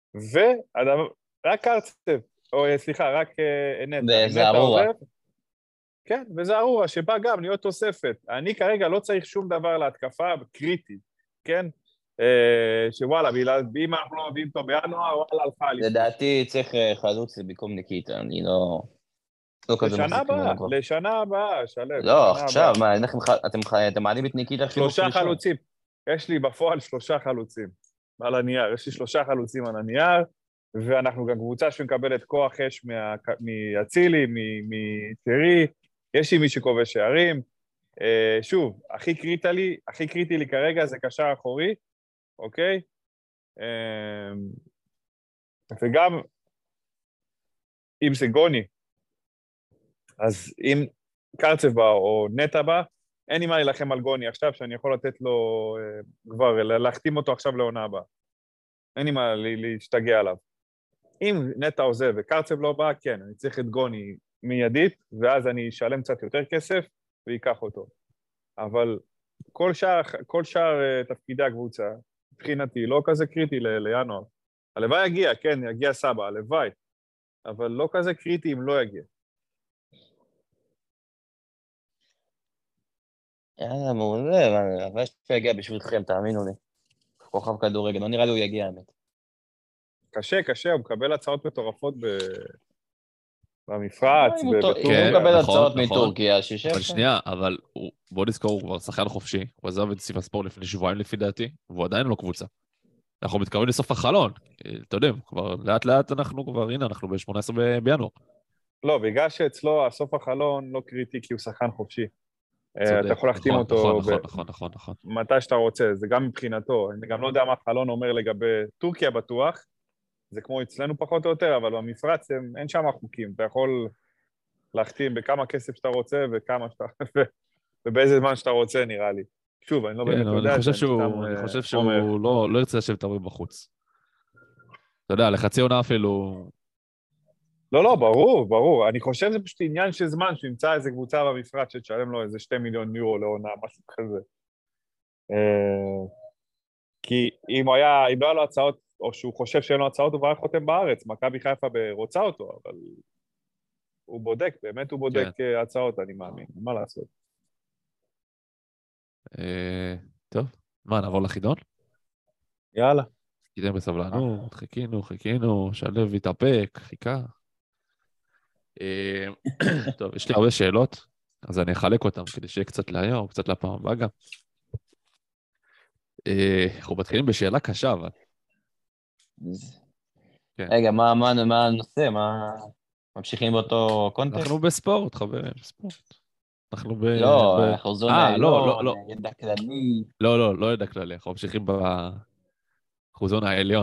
רק קרצב, או סליחה, רק נטע. וזה ארורה. כן, וזה ארורה, שבא גם להיות תוספת. אני כרגע לא צריך שום דבר להתקפה קריטית, כן? שוואלה, אם אנחנו לא מביאים אותו בינואר, וואלה, הלכה לי. לדעתי צריך חלוץ במקום ניקיטה, אני לא... לשנה הבאה, שלב. לא, עכשיו, מה, אתם מעלים את ניקיטה חילוף ראשון. 3 חלוצים. יש לי בפועל 3 חלוצים על הנייר. יש לי 3 חלוצים על הנייר, ואנחנו גם קבוצה שמקבלת כוח אש מאצילי, מטרי, יש לי מי שכובש שערים. שוב, הכי קריטי לי כרגע זה קשר אחורי, אוקיי? וגם אם זה גוני, אז אם קרצב בא או נטע בא, אין לי מה להילחם על גוני עכשיו, שאני יכול לתת לו כבר, להחתים אותו עכשיו לעונה הבאה. אין לי מה להשתגע עליו. אם נטע עוזב וקרצב לא בא, כן, אני צריך את גוני מיידית, ואז אני אשלם קצת יותר כסף ויקח אותו. אבל כל שאר תפקידי הקבוצה, מבחינתי, לא כזה קריטי לינואר. הלוואי יגיע, כן, יגיע סבא, הלוואי. אבל לא כזה קריטי אם לא יגיע. יאללה, מעולה, אבל שיגיע בשבילכם, תאמינו לי. כוכב כדורגל, לא נראה לי הוא יגיע, האמת. קשה, הוא מקבל הצעות מטורפות במפרץ. הוא מקבל הצעות מטורקיה, שישב. אבל שנייה, אבל בוא נזכור, הוא כבר שחקן חופשי, הוא עזב את סיבספור לפני שבועיים לפי דעתי, והוא עדיין לא קבוצה. אנחנו מתקרבים לסוף החלון, אתה יודע, כבר לאט לאט אנחנו כבר, הנה, אנחנו ב-18 בינואר. לא, בגלל שאצלו הסוף החלון לא קריטי כי הוא שחקן חופשי. אתה יכול להחתים אותו נכון. מתי שאתה רוצה, זה גם מבחינתו. אני גם לא יודע מה החלון אומר לגבי טורקיה בטוח, זה כמו אצלנו פחות או יותר, אבל במפרץ אין שם חוקים. אתה יכול להחתים בכמה כסף שאתה רוצה ובאיזה זמן שאתה רוצה, נראה לי. שוב, אני לא באמת יודע. אני חושב שהוא לא ירצה לשבת הרבה בחוץ. אתה יודע, לחצי עונה אפילו... לא, ברור. אני חושב שזה פשוט עניין של זמן, שנמצא איזה קבוצה במפרץ שתשלם לו איזה 2 מיליון יורו לעונה, משהו כזה. כי אם לא היה לו הצעות, או שהוא חושב שאין לו הצעות, הוא כבר חותם בארץ, מכבי חיפה רוצה אותו, אבל הוא בודק, באמת הוא בודק הצעות, אני מאמין, מה לעשות? טוב, מה, נעבור לחידון? יאללה. חיכיתם בסבלנות, חיכינו, שלב התאפק, חיכה. טוב, יש לי הרבה שאלות, אז אני אחלק אותם כדי שיהיה קצת להיום, קצת לפעם הבאה גם. אנחנו מתחילים בשאלה קשה, אבל... רגע, מה הנושא? ממשיכים באותו קונטקסט? אנחנו בספורט, חברים, בספורט. אנחנו לא, אנחנו זונה, לא, ידע כללי. לא ידע כללי, אנחנו ממשיכים באחוזון העליון.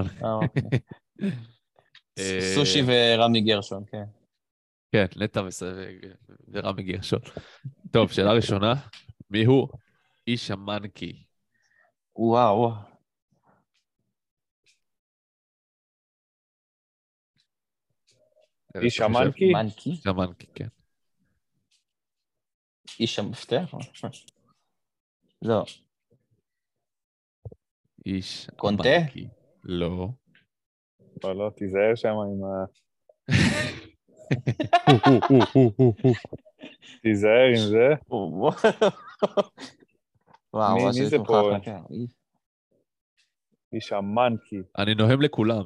סושי ורמי גרשון, כן. כן, נטע ורמי גרשון. טוב, שאלה ראשונה, מי הוא איש המנקי? וואו. איש המנקי? איש המנקי, כן. איש המפתח? לא. איש קונטה? המנקי. לא. לא, תיזהר שם עם ה... תיזהר עם זה. וואו, מי זה פה? איש המנקי. אני נוהם לכולם.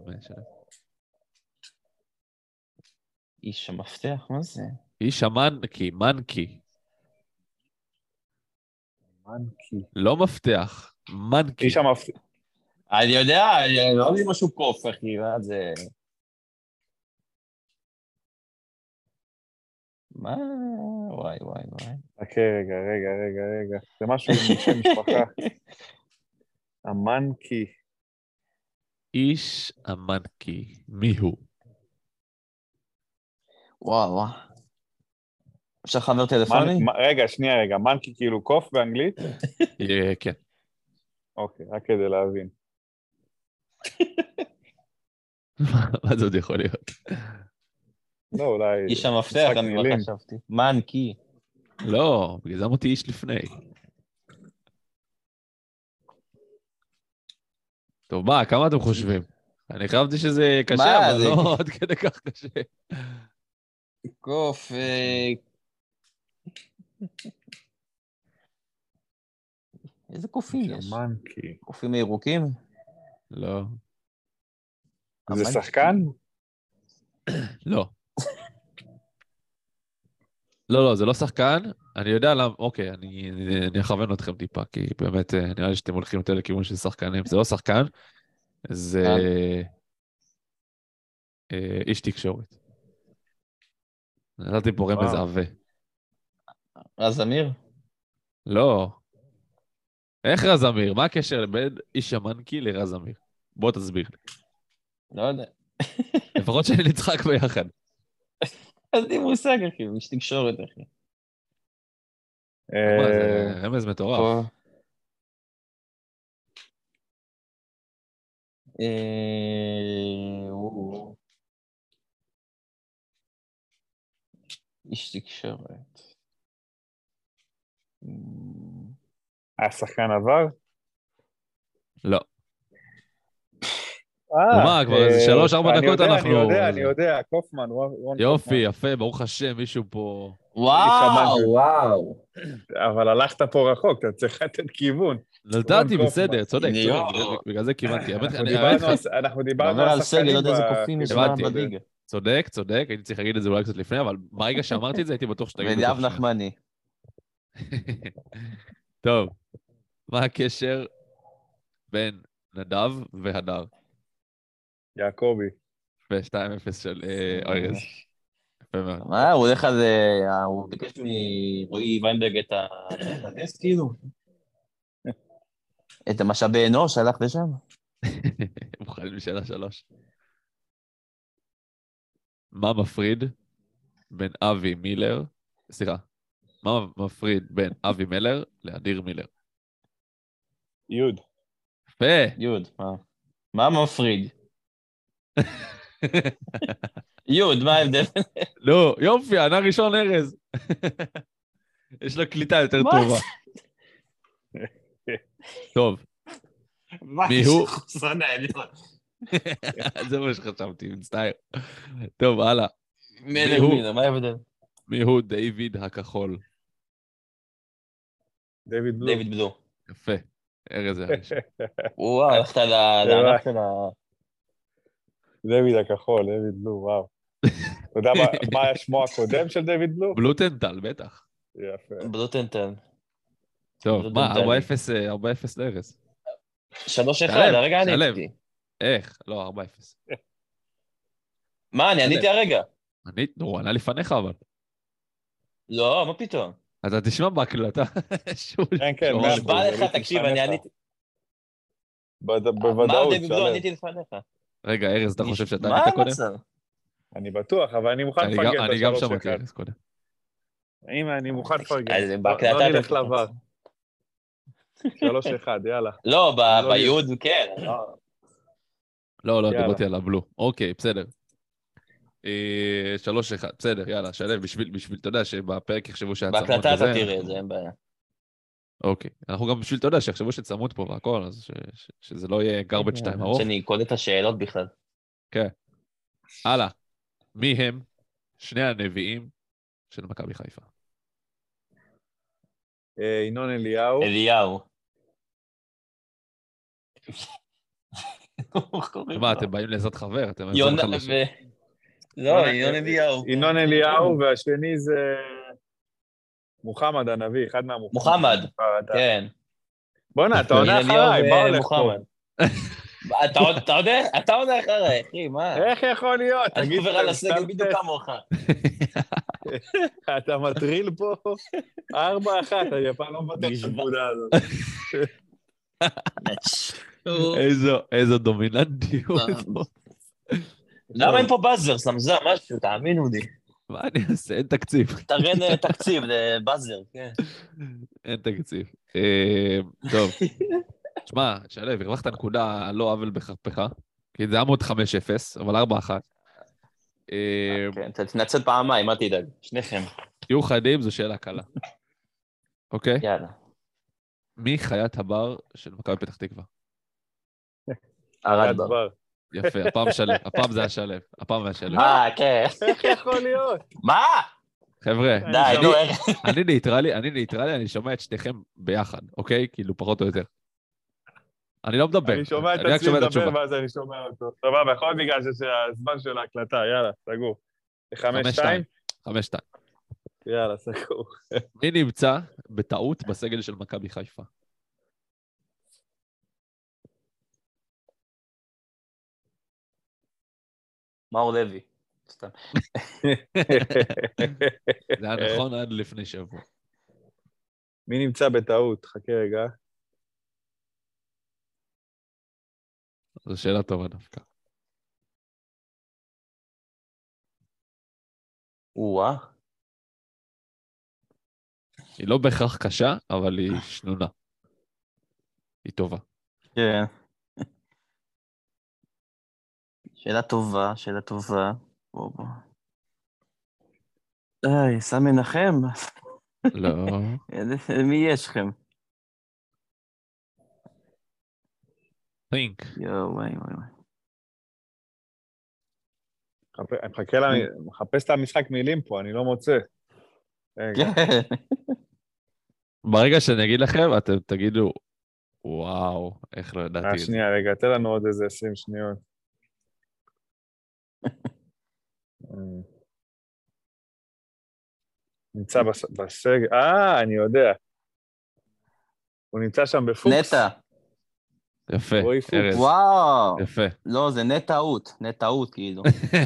איש המפתח, מה זה? איש המנקי, מנקי. מנקי. לא מפתח, מנקי. איש המפתח. אני יודע, לא לי משהו קוף, אחי, מה זה... מה? וואי. אוקיי, רגע. זה משהו עם שם משפחה. המנקי. איש המנקי, מי הוא? וואו. אפשר חבר טלפוני? רגע, שנייה, מנקי כאילו קוף באנגלית? כן. אוקיי, רק כדי להבין. מה זה עוד יכול להיות? לא, אולי... איש המפתח, אני לא חשבתי. מנקי. לא, בגלל זה אמרתי איש לפני. טוב, מה, כמה אתם חושבים? אני חייבתי שזה קשה, אבל לא עד כדי כך קשה. קוף... איזה קופים יש? מנקי. קופים הירוקים? לא. זה שחקן? לא. לא, זה לא שחקן, אני יודע למה, אוקיי, אני אכוון אתכם טיפה, כי באמת נראה לי שאתם הולכים יותר לכיוון של שחקנים, זה לא שחקן, זה איש תקשורת. נתתי פה רמז עבה. רז אמיר? לא. איך רז אמיר? מה הקשר בין איש המנקי לרז אמיר? בוא תסביר לי. לא יודע. לפחות שאני נצחק ביחד. אז לי מושג, אחי, איש תקשורת, אחי. מה, זה רמז מטורף. איש תקשורת. השחקן עבר? לא. מה, כבר איזה 3-4 דקות אנחנו... אני יודע, קופמן. יופי, יפה, ברוך השם, מישהו פה... וואו. אבל הלכת פה רחוק, אתה צריך לתת כיוון. נתתי, בסדר, צודק, בגלל זה כיוונתי. אנחנו דיברנו על שחקנים... הבנתי, צודק, הייתי צריך להגיד את זה אולי קצת לפני, אבל ברגע שאמרתי את זה, הייתי בטוח שתגיד את זה. ונדב נחמני. טוב, מה הקשר בין נדב והדר? יעקבי. ב-2-0 של ארז. יפה מאוד. מה, הוא הולך על זה, הוא ביקש מרועי ויינברג את הנס, כאילו. את המשאבי אנוש, הלך לשם. מוכנים לשאלה 3. מה מפריד בין אבי מילר, סליחה, מה מפריד בין אבי מילר לאדיר מילר? יוד. יפה. יוד, מה מפריד? יוד, מה ההבדל? לא, יופי, ענה ראשון ארז. יש לו קליטה יותר טובה. טוב. מי הוא? זה מה שחשבתי, מצטער. טוב, הלאה. מה ההבדל? מי הוא דיוויד הכחול? דיוויד בלו. יפה, ארז זה הראשון. וואו, הלכת לענף של ה... דיוויד הכחול, דיוויד בלו, וואו. אתה יודע מה השמו הקודם של דיוויד בלו? בלוטנטל, בטח. יפה. בלוטנטל. טוב, מה, 4-0 לארז. 3-1, הרגע עניתי. איך? לא, 4-0. מה, אני עניתי הרגע? הוא ענה לפניך, אבל. לא, מה פתאום? אתה תשמע בהקלטה. כן, נשבע לך, תקשיב, אני עניתי. בוודאות. מה דיוויד בלו עניתי לפניך? רגע, ארז, אתה חושב שאתה ענית קודם? אני בטוח, אבל אני מוכן לפרגן את אני גם שמעתי ארז קודם. הנה, אני מוכן לפרגן. בהקלטה לא נלך לעבר. 3-1, יאללה. לא, ביוד כן. לא, דיברתי על הבלו. אוקיי, בסדר. 3-1, בסדר, יאללה, שלב, בשביל, אתה יודע, שבפרק יחשבו שהצמות וזה. בהקלטה אתה תראה את זה, אין בעיה. אוקיי, אנחנו גם בשביל, אתה יודע, שיחשבו שצמות פה והכל, אז שזה לא יהיה garbage 2 ארוך. שאני קודד את השאלות בכלל. כן. הלאה. מי הם שני הנביאים של מכבי חיפה? ינון אליהו. מה, אתם באים לעזרת חבר? לא, ינון אליהו. והשני זה מוחמד הנביא, אחד מהמוחמד. מוחמד, כן. בוא'נה, אתה עונה אחריי, מה הולך פה? אתה עונה אחריי, אחי, מה? איך יכול להיות? אני עובר על הסגל בדיוק כמוך. אתה מטריל פה 4-1, אני פעם לא מבטח את הנקודה הזאת. איזו דומיננטיות. למה אין פה באזר, סמזה, משהו, תאמינו לי. מה אני אעשה? אין תקציב. תרן תקציב, זה באזר, כן. אין תקציב. טוב. שמע, שלב, הרווחת נקודה לא עוול בכפך, כי זה היה מאוד 5-0, אבל 4-1. כן, תנצל פעמיים, אל תדאג, שניכם. תהיו חדים, זו שאלה קלה. אוקיי? יאללה. מי חיית הבר של מכבי פתח תקווה? ארד בר. יפה, הפעם זה השלב. הפעם זה השלב. כן. איך יכול להיות? מה? חבר'ה, די, נו, אני ניטרלי, אני שומע את שניכם ביחד, אוקיי? כאילו, פחות או יותר. אני לא מדבר. אני שומע את עצמי מדבר, ואז אני שומע אותו. טוב, בכל בגלל שזה הזמן של ההקלטה, יאללה, סגור. 5-2? 5-2. יאללה, סגור. מי נמצא בטעות בסגל של מכבי חיפה? מאור לוי. סתם. זה היה נכון עד לפני שבוע. מי נמצא בטעות? חכה רגע. זו שאלה טובה דווקא. וואה. היא לא בהכרח קשה, אבל היא שנונה. היא טובה. כן. שאלה טובה, שאלה טובה. בוא. סם מנחם. לא. מי יש לכם? פינק. יואו, וואי. מחפש את המשחק מילים פה, אני לא מוצא. רגע. ברגע שאני אגיד לכם, אתם תגידו, וואו, איך לא ידעתי את זה. שנייה, רגע, תן לנו עוד איזה 20 שניות. נמצא בסגל, אני יודע. הוא נמצא שם בפוקס. נטע. יפה, ארז. וואו. יפה. לא, זה נטעות, כאילו.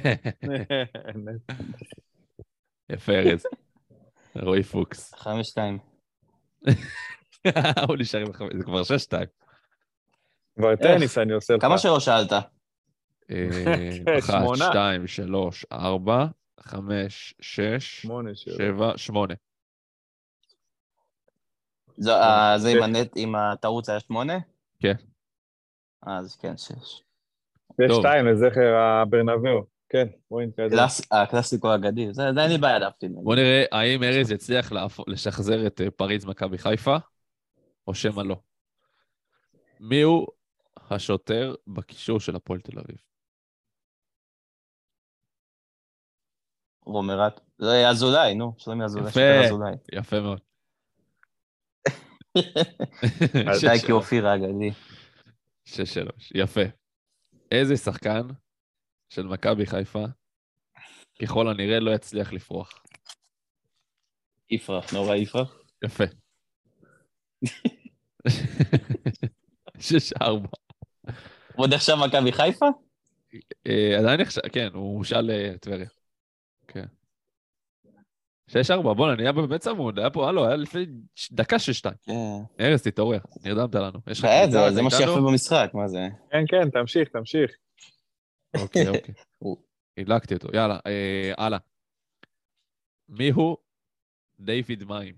יפה, ארז. רועי פוקס. 5-2. הוא נשאר עם 5, זה כבר 6-2. כבר טניס אני עושה לך. כמה שלא שאלת? 1, 2, 3, 4, 5, 6, 7, 8. זה עם הטעות היה 8? כן. אז כן, 6. 6-2 לזכר הברנבאו. כן, בואי נתקדם. הקלאסיקו האגדי, זה אין לי בעיה להפתיע. בוא נראה האם ארז יצליח לשחזר את פריז מכבי חיפה, או שמא לא. מי הוא השוטר בקישור של הפועל תל אביב? רומרת. זה אזולאי, נו. שלומי אזולאי. יפה מאוד. שייקי אופיר האגדי. 6-3, יפה. איזה שחקן של מכבי חיפה, ככל הנראה לא יצליח לפרוח? יפרח, נורא יפרח. יפה. 6-4. ועוד עכשיו מכבי חיפה? עדיין עכשיו, כן, הוא הושאל לטבריה. כן. 6-4, בוא, נהיה באמת צמוד, היה פה, היה לפני דקה 6-2. ארז, תתעורר, נרדמת לנו. זה מה שיפה במשחק, מה זה? כן, תמשיך. אוקיי. הדלקתי אותו, יאללה, הלאה. מיהו דיוויד מים?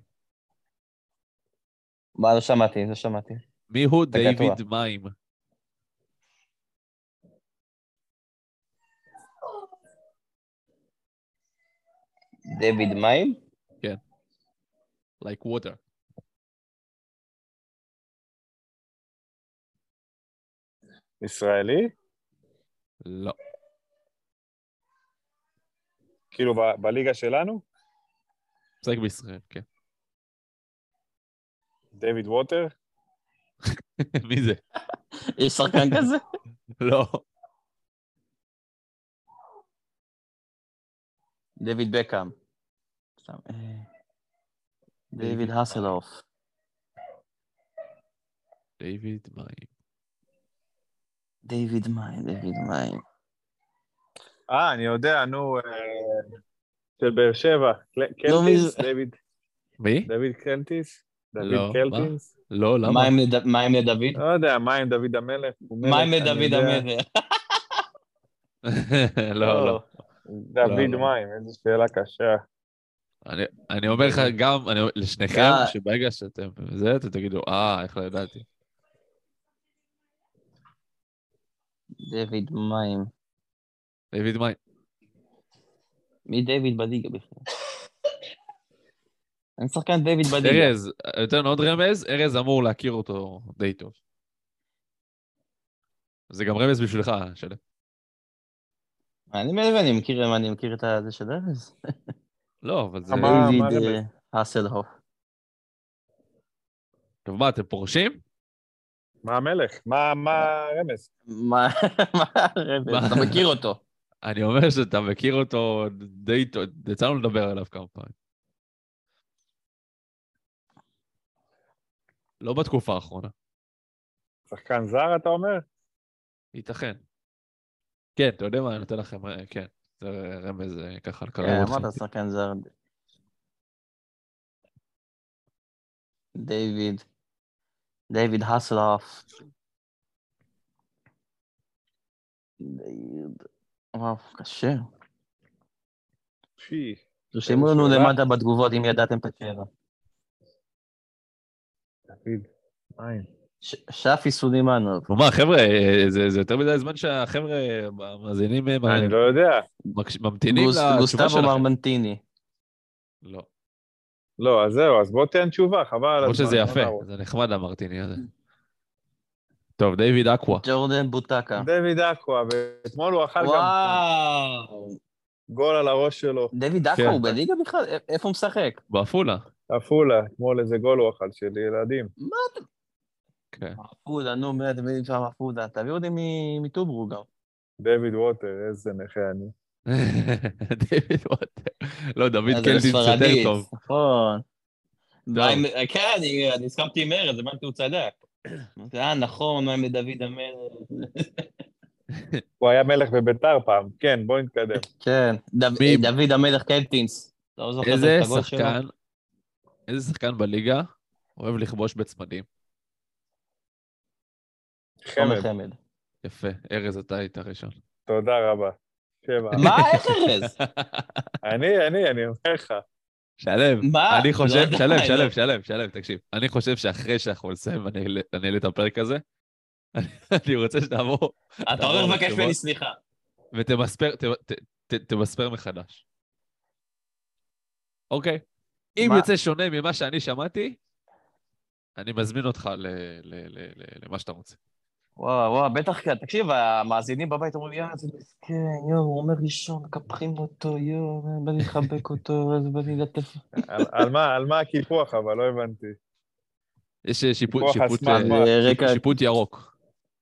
מה, לא שמעתי. מיהו דיוויד מים? דיוויד מים? כן. Like water. ישראלי? לא. כאילו בליגה שלנו? משחק בישראל, כן. דיוויד ווטר? מי זה? יש שחקן כזה? לא. דיוויד בקאם. דיוויד הסלוף. דיוויד מים. דיוויד מים. אני יודע, נו, של באר שבע. קלטיס? מי? דוד קלטיס? לא, קלטינס? לא, למה? מה עם לדוד? לא יודע, מה עם דוד המלך? מה עם לדוד המלך? לא. דוד מים, איזו שאלה קשה. אני אומר לך גם, לשניכם, שברגע שאתם זה, אתם תגידו, איך לא ידעתי. דיוויד מים. מי דיוויד בליגה בכלל? אין שחקן דיוויד בליגה. ארז, יותר עוד רמז, ארז אמור להכיר אותו די טוב. זה גם רמז בשבילך, שלם. אני מכיר את זה של ארז. לא, אבל זה... דיוויד הסלהוף. טוב, מה, אתם פורשים? מה המלך? מה הרמז? מה הרמז? אתה מכיר אותו. אני אומר שאתה מכיר אותו די טוב, יצאנו לדבר עליו כמה פעמים. לא בתקופה האחרונה. שחקן זר, אתה אומר? ייתכן. כן, אתה יודע מה, אני נותן לכם, כן. זה רמז ככה, לקרב כן, אתכם. אמרת שחקן זר. דיוויד הסלאף. וואו, קשה. תרשמו לנו למטה בתגובות אם ידעתם את השאלה. דוד, מים. שפי סולימנוב. נו מה, חבר'ה, זה יותר מדי זמן שהחבר'ה המאזינים אני לא יודע. ממתינים לתשובה גוסטבו שלכם. מרמנטיני. לא. לא, אז זהו, אז בוא תן תשובה, חבל על הזמן. למרות שזה יפה, זה נחמד המרטיני הזה. טוב, דיוויד אקווה. ג'ורדן בוטקה. דיוויד אקווה, ואתמול הוא אכל גם וואו. גול על הראש שלו. דיוויד אקווה הוא בליגה בכלל? איפה הוא משחק? בעפולה. עפולה, אתמול איזה גול הוא אכל של ילדים. מה אתה... כן. עפולה, נו, תביא לי שם עפולה. תביא אותי מטוברו גם. דיוויד ווטר, איזה נכה אני. דיוויד ווטר. לא, דוד קלטינס יותר טוב. נכון. כן, אני הסכמתי עם ארז, אמרתי הוא צדק. נכון, מה עם דוד המלך? הוא היה מלך בביתר פעם, כן, בוא נתקדם. כן, דוד המלך קלטינס. איזה שחקן בליגה אוהב לכבוש בצמדים? חמד. יפה, ארז אתה היית ראשון. תודה רבה. מה, איך ארז? אני אומר לך. שלם, אני חושב, שלם, תקשיב. אני חושב שאחרי שאנחנו נסיים ואני אעלה את הפרק הזה, אני רוצה שתעבור. אתה הולך לבקש ממני סליחה. ותמספר מחדש. אוקיי. אם יוצא שונה ממה שאני שמעתי, אני מזמין אותך למה שאתה רוצה. וואו, בטח, תקשיב, המאזינים בבית אומרים, זה מסכן, הוא אומר ראשון, מקפחים אותו, בא לי לחבק אותו, אז בא לי לטף. על מה הקיפוח, אבל לא הבנתי. יש שיפוט ירוק.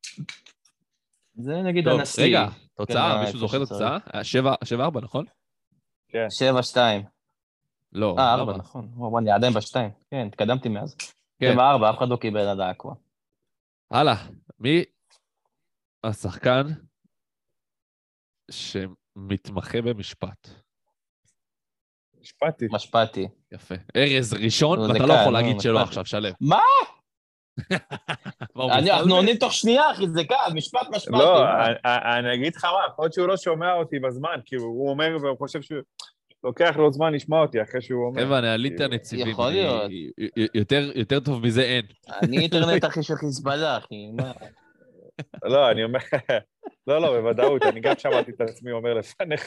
זה נגיד הנשיא. רגע, תוצאה, מישהו זוכר את התוצאה? 7-4, נכון? כן. 7-2. לא, 4, נכון. וואו, אני עדיין ב-2. כן, התקדמתי מאז. 7-4, אף אחד לא קיבל עד האקווה. הלאה, מי השחקן שמתמחה במשפט? משפטי. יפה. ארז ראשון, ואתה לא יכול להגיד שלא עכשיו, שלם. מה? אנחנו עונים תוך שנייה, אחי, זה קל, משפט. לא, אני אגיד לך מה, יכול להיות שהוא לא שומע אותי בזמן, כי הוא אומר והוא חושב שהוא לוקח לו זמן לשמוע אותי אחרי שהוא אומר. חבר'ה, אני עליתי הנציבים. יכול להיות. יותר טוב מזה אין. אני אינטרנט אחי של חיזבאללה, אחי, מה? לא, אני אומר, לא, בוודאות, אני גם שמעתי את עצמי אומר לפניך.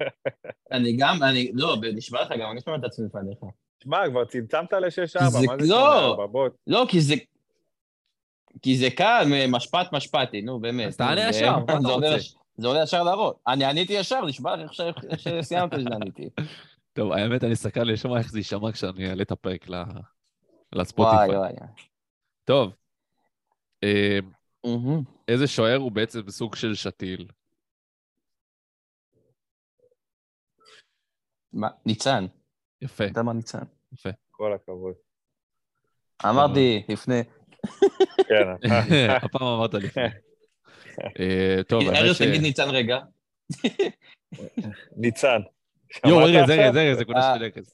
לא, נשמע לך גם, אני שמע את עצמי לפניך. שמע, כבר צמצמת ל-6-4, מה זה 8-4? לא, כי זה קל, משפטי, נו, באמת. אז תענה ישר, מה אתה רוצה? זה עולה ישר להראות. אני עניתי ישר, נשמע לך שסיימת שעניתי. טוב, האמת, אני אסתכל לשמוע איך זה יישמע כשאני אעלה את הפרק לספוטיפיי. וואי. טוב. איזה שוער הוא בעצם סוג של שתיל? מה? ניצן. יפה. אתה מה ניצן? יפה. כל הכבוד. אמרתי לפני. כן. הפעם אמרת לפני. טוב, ארז תגיד ניצן רגע. ניצן. ארז, זה כולה של ארז.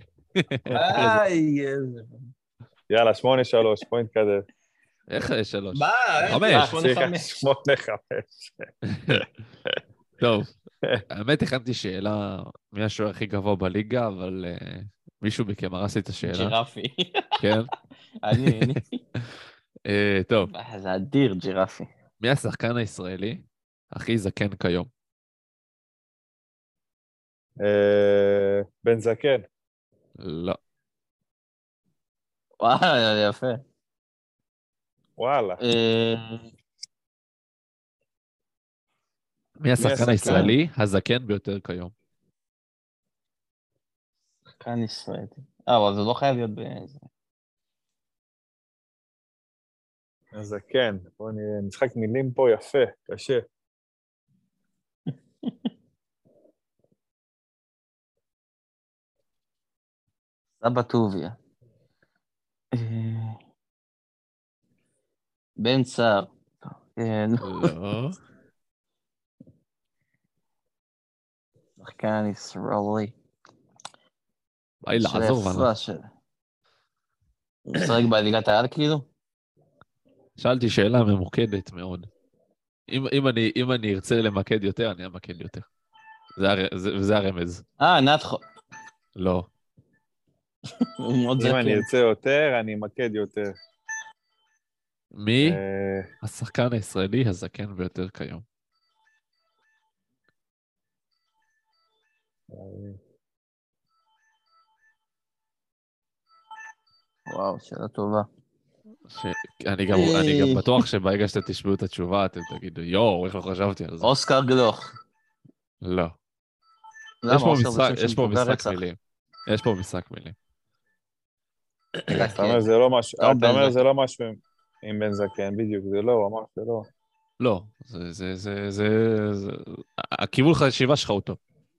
יאללה, 8-3, בוא נתקדם. איך 3? מה? 5. 8-5. טוב, האמת הכנתי שאלה מי השוער הכי גבוה בליגה, אבל מישהו מכם הרס לי את השאלה. ג'ירפי. כן? אני. טוב. זה אדיר, ג'ירפי. מי השחקן הישראלי הכי זקן כיום? בן זקן. לא. וואלה, יפה. וואלה. מי השחקן הישראלי הזקן ביותר כיום? שחקן ישראלי. אבל זה לא חייב להיות באיזה. הזקן. בוא נראה, משחק מילים פה יפה, קשה. סבא טוביה. בן סער. כן. לא. שחקן ישראלי. ביי לעזור, ואללה. הוא משחק בליגת העל כאילו? שאלתי שאלה ממוקדת מאוד. אם אני ארצה למקד יותר, אני אמקד יותר. וזה הרמז. נתחו. לא. אם אני ארצה יותר, אני אמקד יותר. מי השחקן הישראלי הזקן ביותר כיום? וואו, שאלה טובה. אני גם בטוח שברגע שאתם תשמעו את התשובה, אתם תגידו, יואו, איך לא חשבתי על זה? אוסקר גלוך. לא. יש פה משחק מילים. אתה אומר זה לא משהו עם בן זקן, בדיוק, זה לא, אמר שלא. לא, הכיוון חשיבה שלך הוא טוב.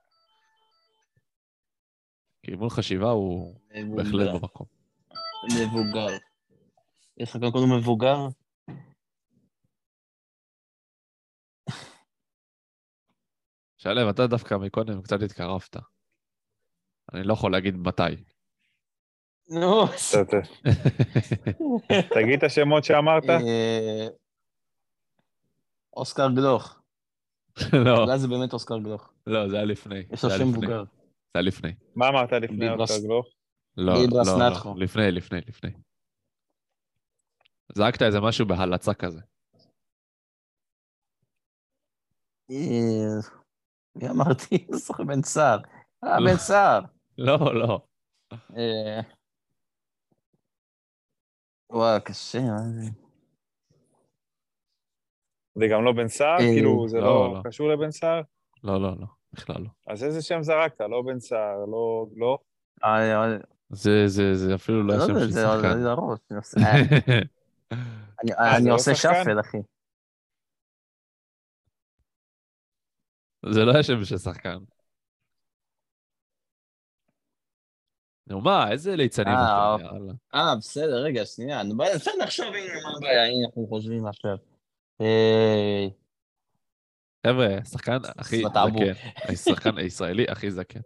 כיוון חשיבה הוא בהחלט במקום. מבוגר. יש לך קודם מבוגר? שלב, אתה דווקא מקודם קצת התקרבת. אני לא יכול להגיד מתי. נו. תגיד את השמות שאמרת. אוסקר גלוך. לא. אולי זה באמת אוסקר גלוך. לא, זה היה לפני. יש לו שם מבוגר. זה היה לפני. מה אמרת לפני אוסקר גלוך? לא, לפני. זרקת איזה משהו בהלצה כזה. מי אמרתי? בן סער. בן סער. לא. וואו, קשה, מה זה? זה גם לא בן סער? כאילו, זה לא קשור לבן סער? לא, בכלל לא. אז איזה שם זרקת? לא בן סער, לא? זה אפילו לא השם של שחקן. אני עושה שפל, אחי. זה לא השם של שחקן. נו מה, איזה ליצנים אתם, יאללה. בסדר, רגע, שנייה. אפשר לחשוב, הנה מה הבעיה, הנה אנחנו חושבים עכשיו. חבר'ה, שחקן הכי זקן. השחקן הישראלי הכי זקן.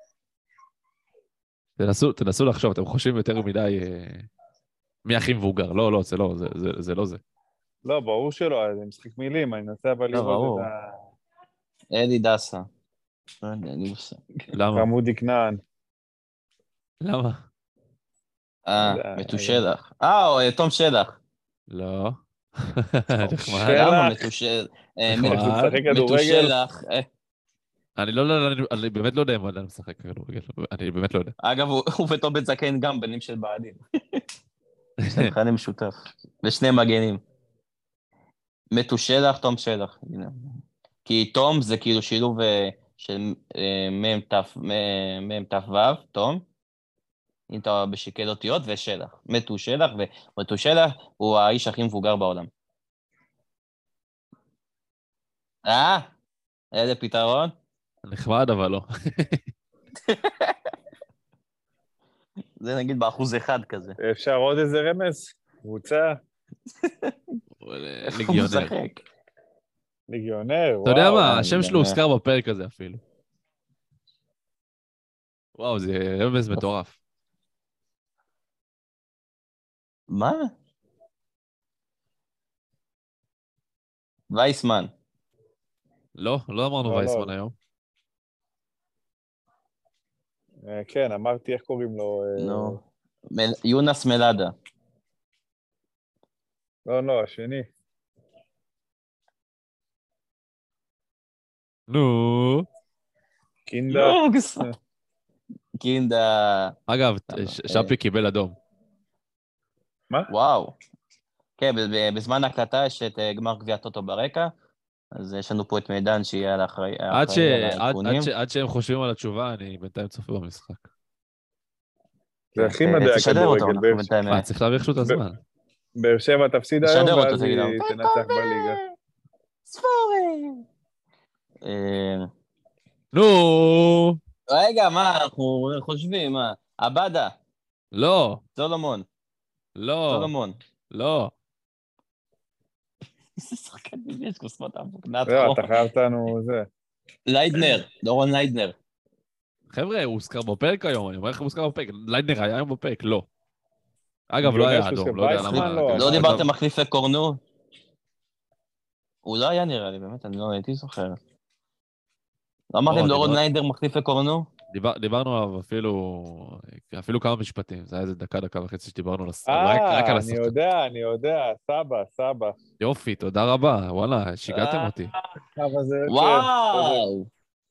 תנסו לחשוב, אתם חושבים יותר מדי מי הכי מבוגר. לא, זה לא זה. לא, ברור שלא, זה משחק מילים, אני ננסה אבל לראות את ה... אלי דסה. למה? חמודי כנען. למה? מתושלח. תום שלח. לא. למה מתושלח? מתושלח. אני באמת לא יודע אם הוא עדיין משחק כדורגל. אני באמת לא יודע. אגב, הוא וטום בן זקן גם בנים של בעדים. שחקנים משותף. ושני מגנים. מתושלח, תום שלח. כי תום זה כאילו שילוב של מם תף וו, תום. אם אתה בשקל אותיות, ושלח. מתושלח, ומתושלח הוא האיש הכי מבוגר בעולם. איזה פתרון? נחמד, אבל לא. זה נגיד ב1% כזה. אפשר עוד איזה רמז? קבוצה? ליגיונר. ליגיונר, וואו. אתה יודע מה, השם שלו הוזכר בפרק הזה אפילו. וואו, זה רמז מטורף. מה? וייסמן. לא אמרנו וייסמן היום. כן, אמרתי איך קוראים לו. יונס מלאדה. לא, השני. נו. קינדה. אגב, שפי קיבל אדום. מה? וואו. כן, בזמן ההקלטה יש את גמר גביע טוטו ברקע, אז יש לנו פה את מידן שיהיה על האחראי על העדכונים. עד שהם חושבים על התשובה, אני בינתיים צופה במשחק. זה הכי מדעי הכדורגל. צריך להעביר חשות הזמן. באר שבע תפסיד היום, ואז היא תנצח בליגה. ספורים! נו! רגע, מה, אנחנו חושבים, מה? עבדה. לא. סולומון. לא. סולומון. לא. איזה שחקנים יש, כוסמת אבוק. זהו, אתה חייב אותנו זה. ליידנר, דורון ליידנר. חבר'ה, הוא הוזכר בפרק היום, אני אומר לך הוא הוזכר בפרק. ליידנר היה היום בפרק, לא. אגב, לא היה אדום, לא יודע למה. לא דיברתם מחליפי קורנו? הוא לא היה נראה לי, באמת, אני לא הייתי זוכר. לא אמרתם דורון ליידנר מחליפי קורנו? דיברנו עליו אפילו כמה משפטים, זה היה איזה דקה וחצי שדיברנו רק על השחקן. אני יודע, סבא. יופי, תודה רבה, וואלה, שיגעתם אותי. וואו!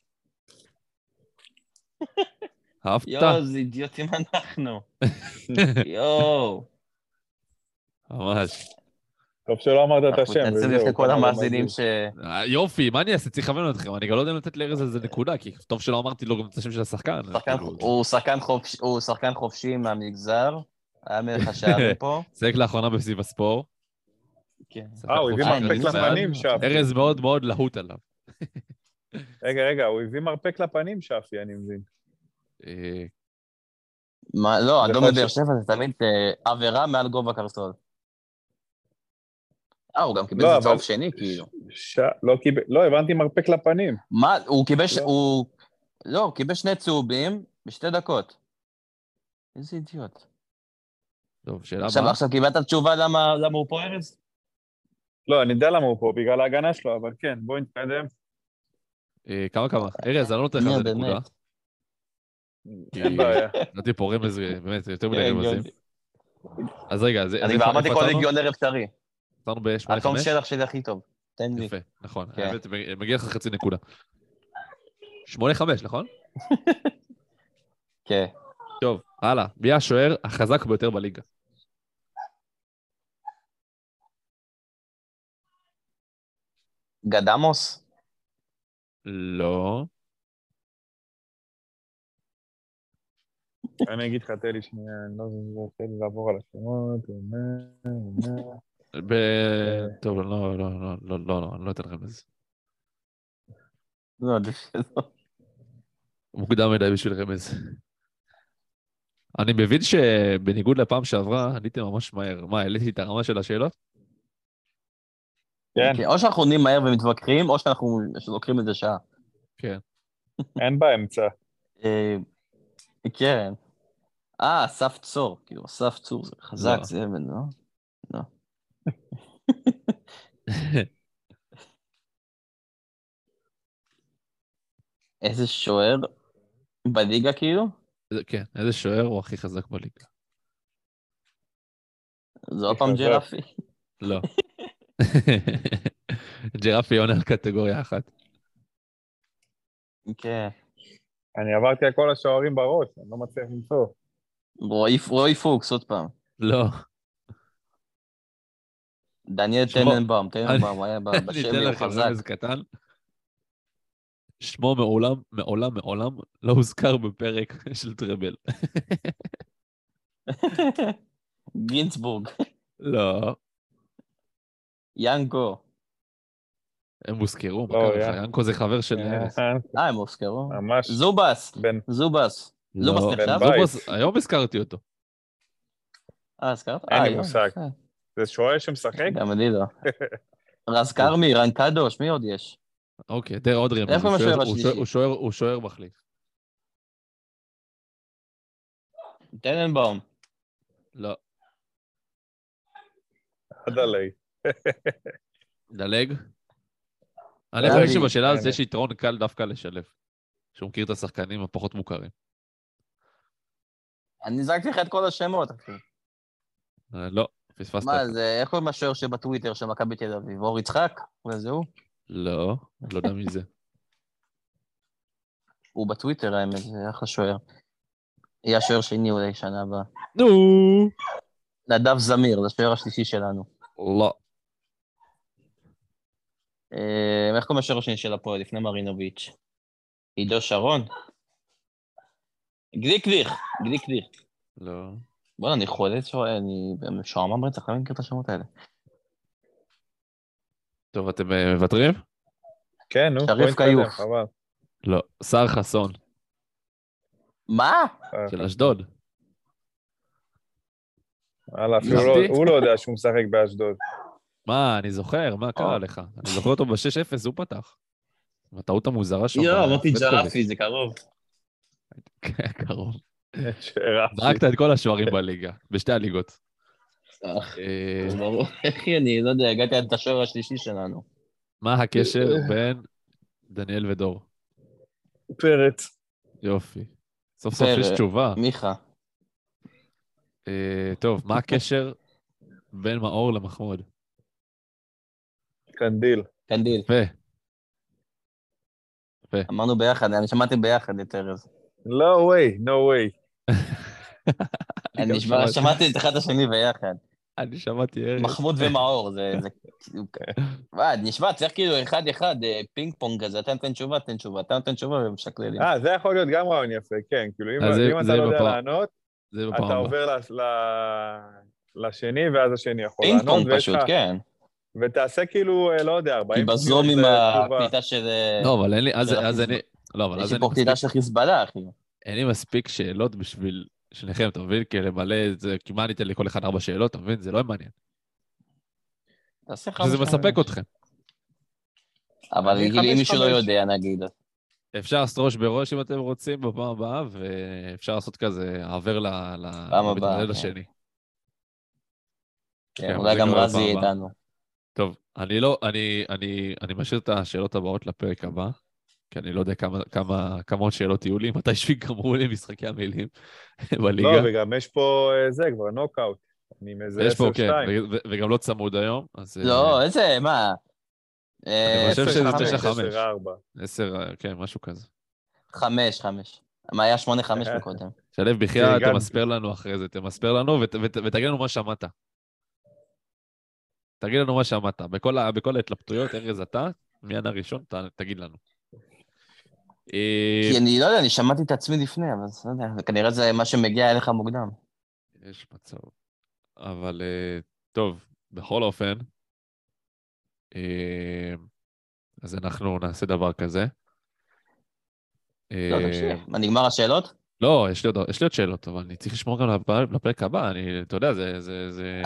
אהבת? יואו, זה אידיוטים אנחנו. יואו. ממש. טוב שלא אמרת את השם. אנחנו מתנצלים לפני כל המאזינים ש... יופי, מה אני אעשה? צריך לכוון אתכם, אני גם לא יודע לתת לארז על זה נקודה, כי טוב שלא אמרתי לו גם את השם של השחקן. הוא שחקן חופשי מהמגזר, היה מלך השערים פה. שיחק לאחרונה בסביב הספורט. הוא הביא מרפק לפנים, שפי. ארז מאוד מאוד להוט עליו. רגע, הוא הביא מרפק לפנים, שפי, אני מבין. לא, אדום לבאר שבע זה תמיד עבירה מעל גובה קרסול. הוא גם קיבל את צהוב שני, כאילו. לא, הבנתי מרפק לפנים. מה, הוא קיבש, הוא קיבש 2 צהובים ב2 דקות. איזה אידיוט. טוב, שאלה מה? עכשיו קיבלת תשובה למה הוא פה, ארז? לא, אני יודע למה הוא פה, בגלל ההגנה שלו, אבל כן, בואי נתקדם. כמה. ארז, אני לא נותן לך את הנקודה. אין בעיה. נתתי פה רמז, באמת, יותר מדי רמזים. אז רגע, אני כבר אמרתי כל ליגיונר אפשרי. נתנו ב-8-5? התום שלך שלי הכי טוב. תן לי. יפה, נכון. האמת, מגיע לך חצי נקודה. 8-5, נכון? כן. טוב, הלאה. מי השוער החזק ביותר בליגה? גדמוס? לא. אני אגיד לך, תן לי שנייה, אני לא רוצה לעבור על השמות. טוב, לא, אני לא אתן לכם לזה. לא, עדיף שלא. מוקדם מדי בשביל רמז. אני מבין שבניגוד לפעם שעברה, עניתם ממש מהר. מה, העליתי את הרמה של השאלות? כן. או שאנחנו עונים מהר ומתווכחים, או שאנחנו לוקחים את זה שעה. כן. אין באמצע. כן. אסף צור. כאילו, אסף צור זה חזק, זה אבן, לא? לא. איזה שוער בליגה, כאילו? כן, איזה שוער הוא הכי חזק בליגה. זה עוד פעם ג'רפי? לא. ג'רפי עונה על קטגוריה אחת. כן. אני עברתי על כל השוערים בראש, אני לא מצליח למצוא. רועי פוקס, עוד פעם. לא. דניאל טננבאום היה בשמי, הוא חזק. רמז קטן. שמו מעולם לא הוזכר בפרק של טראבל. גינסבורג. לא. ינקו. הם הוזכרו, ינקו זה חבר של ארז. הם הוזכרו. ממש. זובס. זובס נחשב? היום הזכרתי אותו. הזכרת? אין לי מושג. זה שוער שמשחק? גם אני לא. רז קרמי, רן קדוש, מי עוד יש? אוקיי, תראה עוד רמז. הוא שוער מחליף. טננבאום. לא. דלג. דלג? אני חושב שבשאלה הזאת יש יתרון קל דווקא לשלב. שהוא מכיר את השחקנים הפחות מוכרים. אני זרקתי לך את כל השמות, אחי. לא, פספסת. מה, זה איך קוראים השוער שבטוויטר של מכבי תל אביב? אור יצחק? וזהו? לא יודע מי זה. הוא בטוויטר, האמת, זה אחלה שוער. יהיה השוער שני אולי שנה הבאה. נו! נדב זמיר, זה השוער השלישי שלנו. לא. איך קוראים השוער השני של הפועל, לפני מרינוביץ'? עידו שרון? גליקליך. לא. בוא'נה, אני חולת שוער, אני משועמם רצח, אני מכיר את השמות האלה. טוב, אתם מוותרים? כן, נו. שריף קיוף. לא, שר חסון. מה? של אשדוד. הוא לא יודע שהוא משחק באשדוד. מה, אני זוכר, מה קרה לך? אני זוכר אותו ב-6-0, הוא פתח. הטעות המוזרה שם. אמרתי ג'רפי, זה קרוב. כן, קרוב. שרפי. זרקת את כל השוערים בליגה, בשתי הליגות. אחי, אני לא יודע, הגעתי עד את השוער השלישי שלנו. מה הקשר בין דניאל ודור? פרץ. יופי. סוף סוף יש תשובה. מיכה. טוב, מה הקשר בין מאור למחמוד? קנדיל. קנדיל. יפה. אמרנו ביחד, אני שמעתי ביחד את ארז. No way, no way. אני שמעתי את אחד השני ביחד. אני שמעתי ארז. מחמוד ומאור, זה... נשמע, צריך כאילו אחד, פינג פונג כזה, אתה נותן תשובה, אתה נותן תשובה ומשקללים. זה יכול להיות גם רעיון יפה, כן. כאילו, אם אתה לא יודע לענות, אתה עובר לשני, ואז השני יכול לענות. פינג פונג פשוט, כן. ותעשה כאילו, לא יודע, 40... כי בזום עם הפליטה של... לא, אבל אין לי, אז אני... יש לי פה פליטה של חיזבאללה, אחי. אין לי מספיק שאלות בשביל שניכם, אתה מבין? כי למלא את זה, כי מה ניתן לכל אחד 4 שאלות, אתה מבין? זה לא מעניין. שזה מספק אתכם. אבל אם מישהו לא יודע, נגיד. אפשר לעשות ראש בראש אם אתם רוצים בפעם הבאה, ואפשר לעשות כזה, עבר למתמודד השני. אולי גם רזי איתנו. טוב, אני משאיר את השאלות הבאות לפרק הבא, כי אני לא יודע כמה עוד שאלות יהיו לי, מתי שיגמרו לי משחקי המילים בליגה. לא, וגם יש פה זה, כבר נוקאוט. אני מאיזה 10-2. יש פה, כן, וגם לא צמוד היום. לא, איזה, מה? אני חושב שזה 9-5. 10, כן, משהו כזה. 5. מה היה 8-5 מקודם? שלב בחייאת, תמספר לנו אחרי זה, תמספר לנו ותגיד לנו מה שמעת. תגיד לנו מה שמעת. בכל ההתלבטויות, ארז אתה, מיד הראשון, תגיד לנו. כי אני לא יודע, אני שמעתי את עצמי לפני, אבל לא יודע, וכנראה זה מה שמגיע אליך מוקדם. יש מצב. אבל טוב, בכל אופן, אז אנחנו נעשה דבר כזה. לא, תמשיך. מה, נגמר השאלות? לא, יש לי עוד שאלות, אבל אני צריך לשמור גם לפרק הבא, אתה יודע, זה...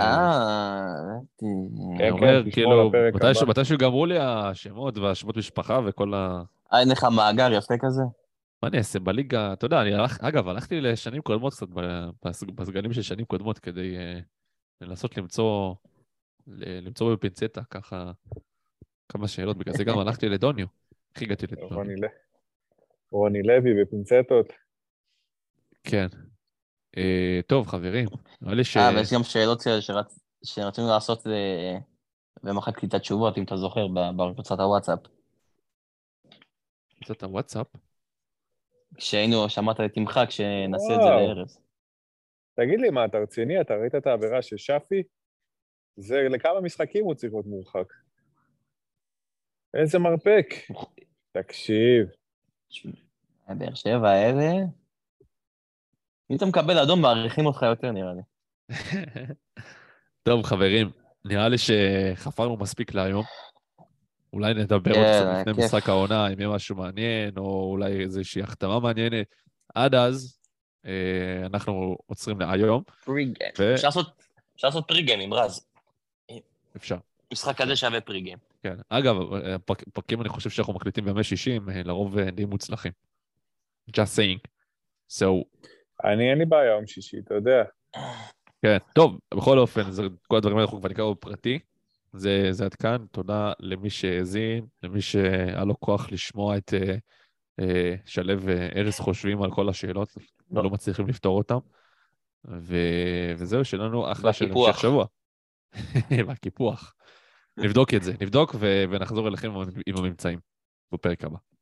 אני אומר, כאילו, מתישהו גמרו לי השמות והשמות משפחה וכל ה... אין לך מאגר יפה כזה? מה אני אעשה בליגה? אתה יודע, אגב, הלכתי לשנים קודמות קצת, בסגנים של שנים קודמות, כדי לנסות למצוא בפינצטה, ככה, כמה שאלות, בגלל זה גם הלכתי לדוניו. איך הגעתי לדוניו? רוני לוי בפינצטות. כן. טוב, חברים, נראה לי ויש גם שאלות שרצינו לעשות במחק קליטת תשובות, אם אתה זוכר, בקבוצת הוואטסאפ. קבוצת הוואטסאפ? שמעת את תמחק, שנעשה את זה לארז. תגיד לי, מה, אתה רציני? אתה ראית את העבירה של שפי? זה לכמה משחקים הוא צריך להיות מורחק. איזה מרפק. תקשיב. באר שבע האלה... אם אתה מקבל אדום, מעריכים אותך יותר, נראה לי. טוב, חברים, נראה לי שחפרנו מספיק להיום. אולי נדבר עוד קצת לפני משחק העונה, אם יהיה משהו מעניין, או אולי איזושהי החתמה מעניינת. עד אז, אנחנו עוצרים להיום. פריגיים. אפשר לעשות פריגיים עם רז. אפשר. משחק כזה שווה פריגיים. כן. אגב, פרקים אני חושב שאנחנו מקליטים בימי 60, לרוב די מוצלחים. Just saying. So... אין לי בעיה יום שישי, אתה יודע. כן, טוב, בכל אופן, כל הדברים האלה אנחנו כבר נקרא בפרטי. זה עד כאן, תודה למי שהאזין, למי שהיה לו כוח לשמוע את שלב וארז חושבים על כל השאלות, ולא מצליחים לפתור אותם. וזהו, שלנו אחלה של המשך שבוע. והקיפוח. נבדוק את זה, נבדוק ונחזור אליכם עם הממצאים בפרק הבא.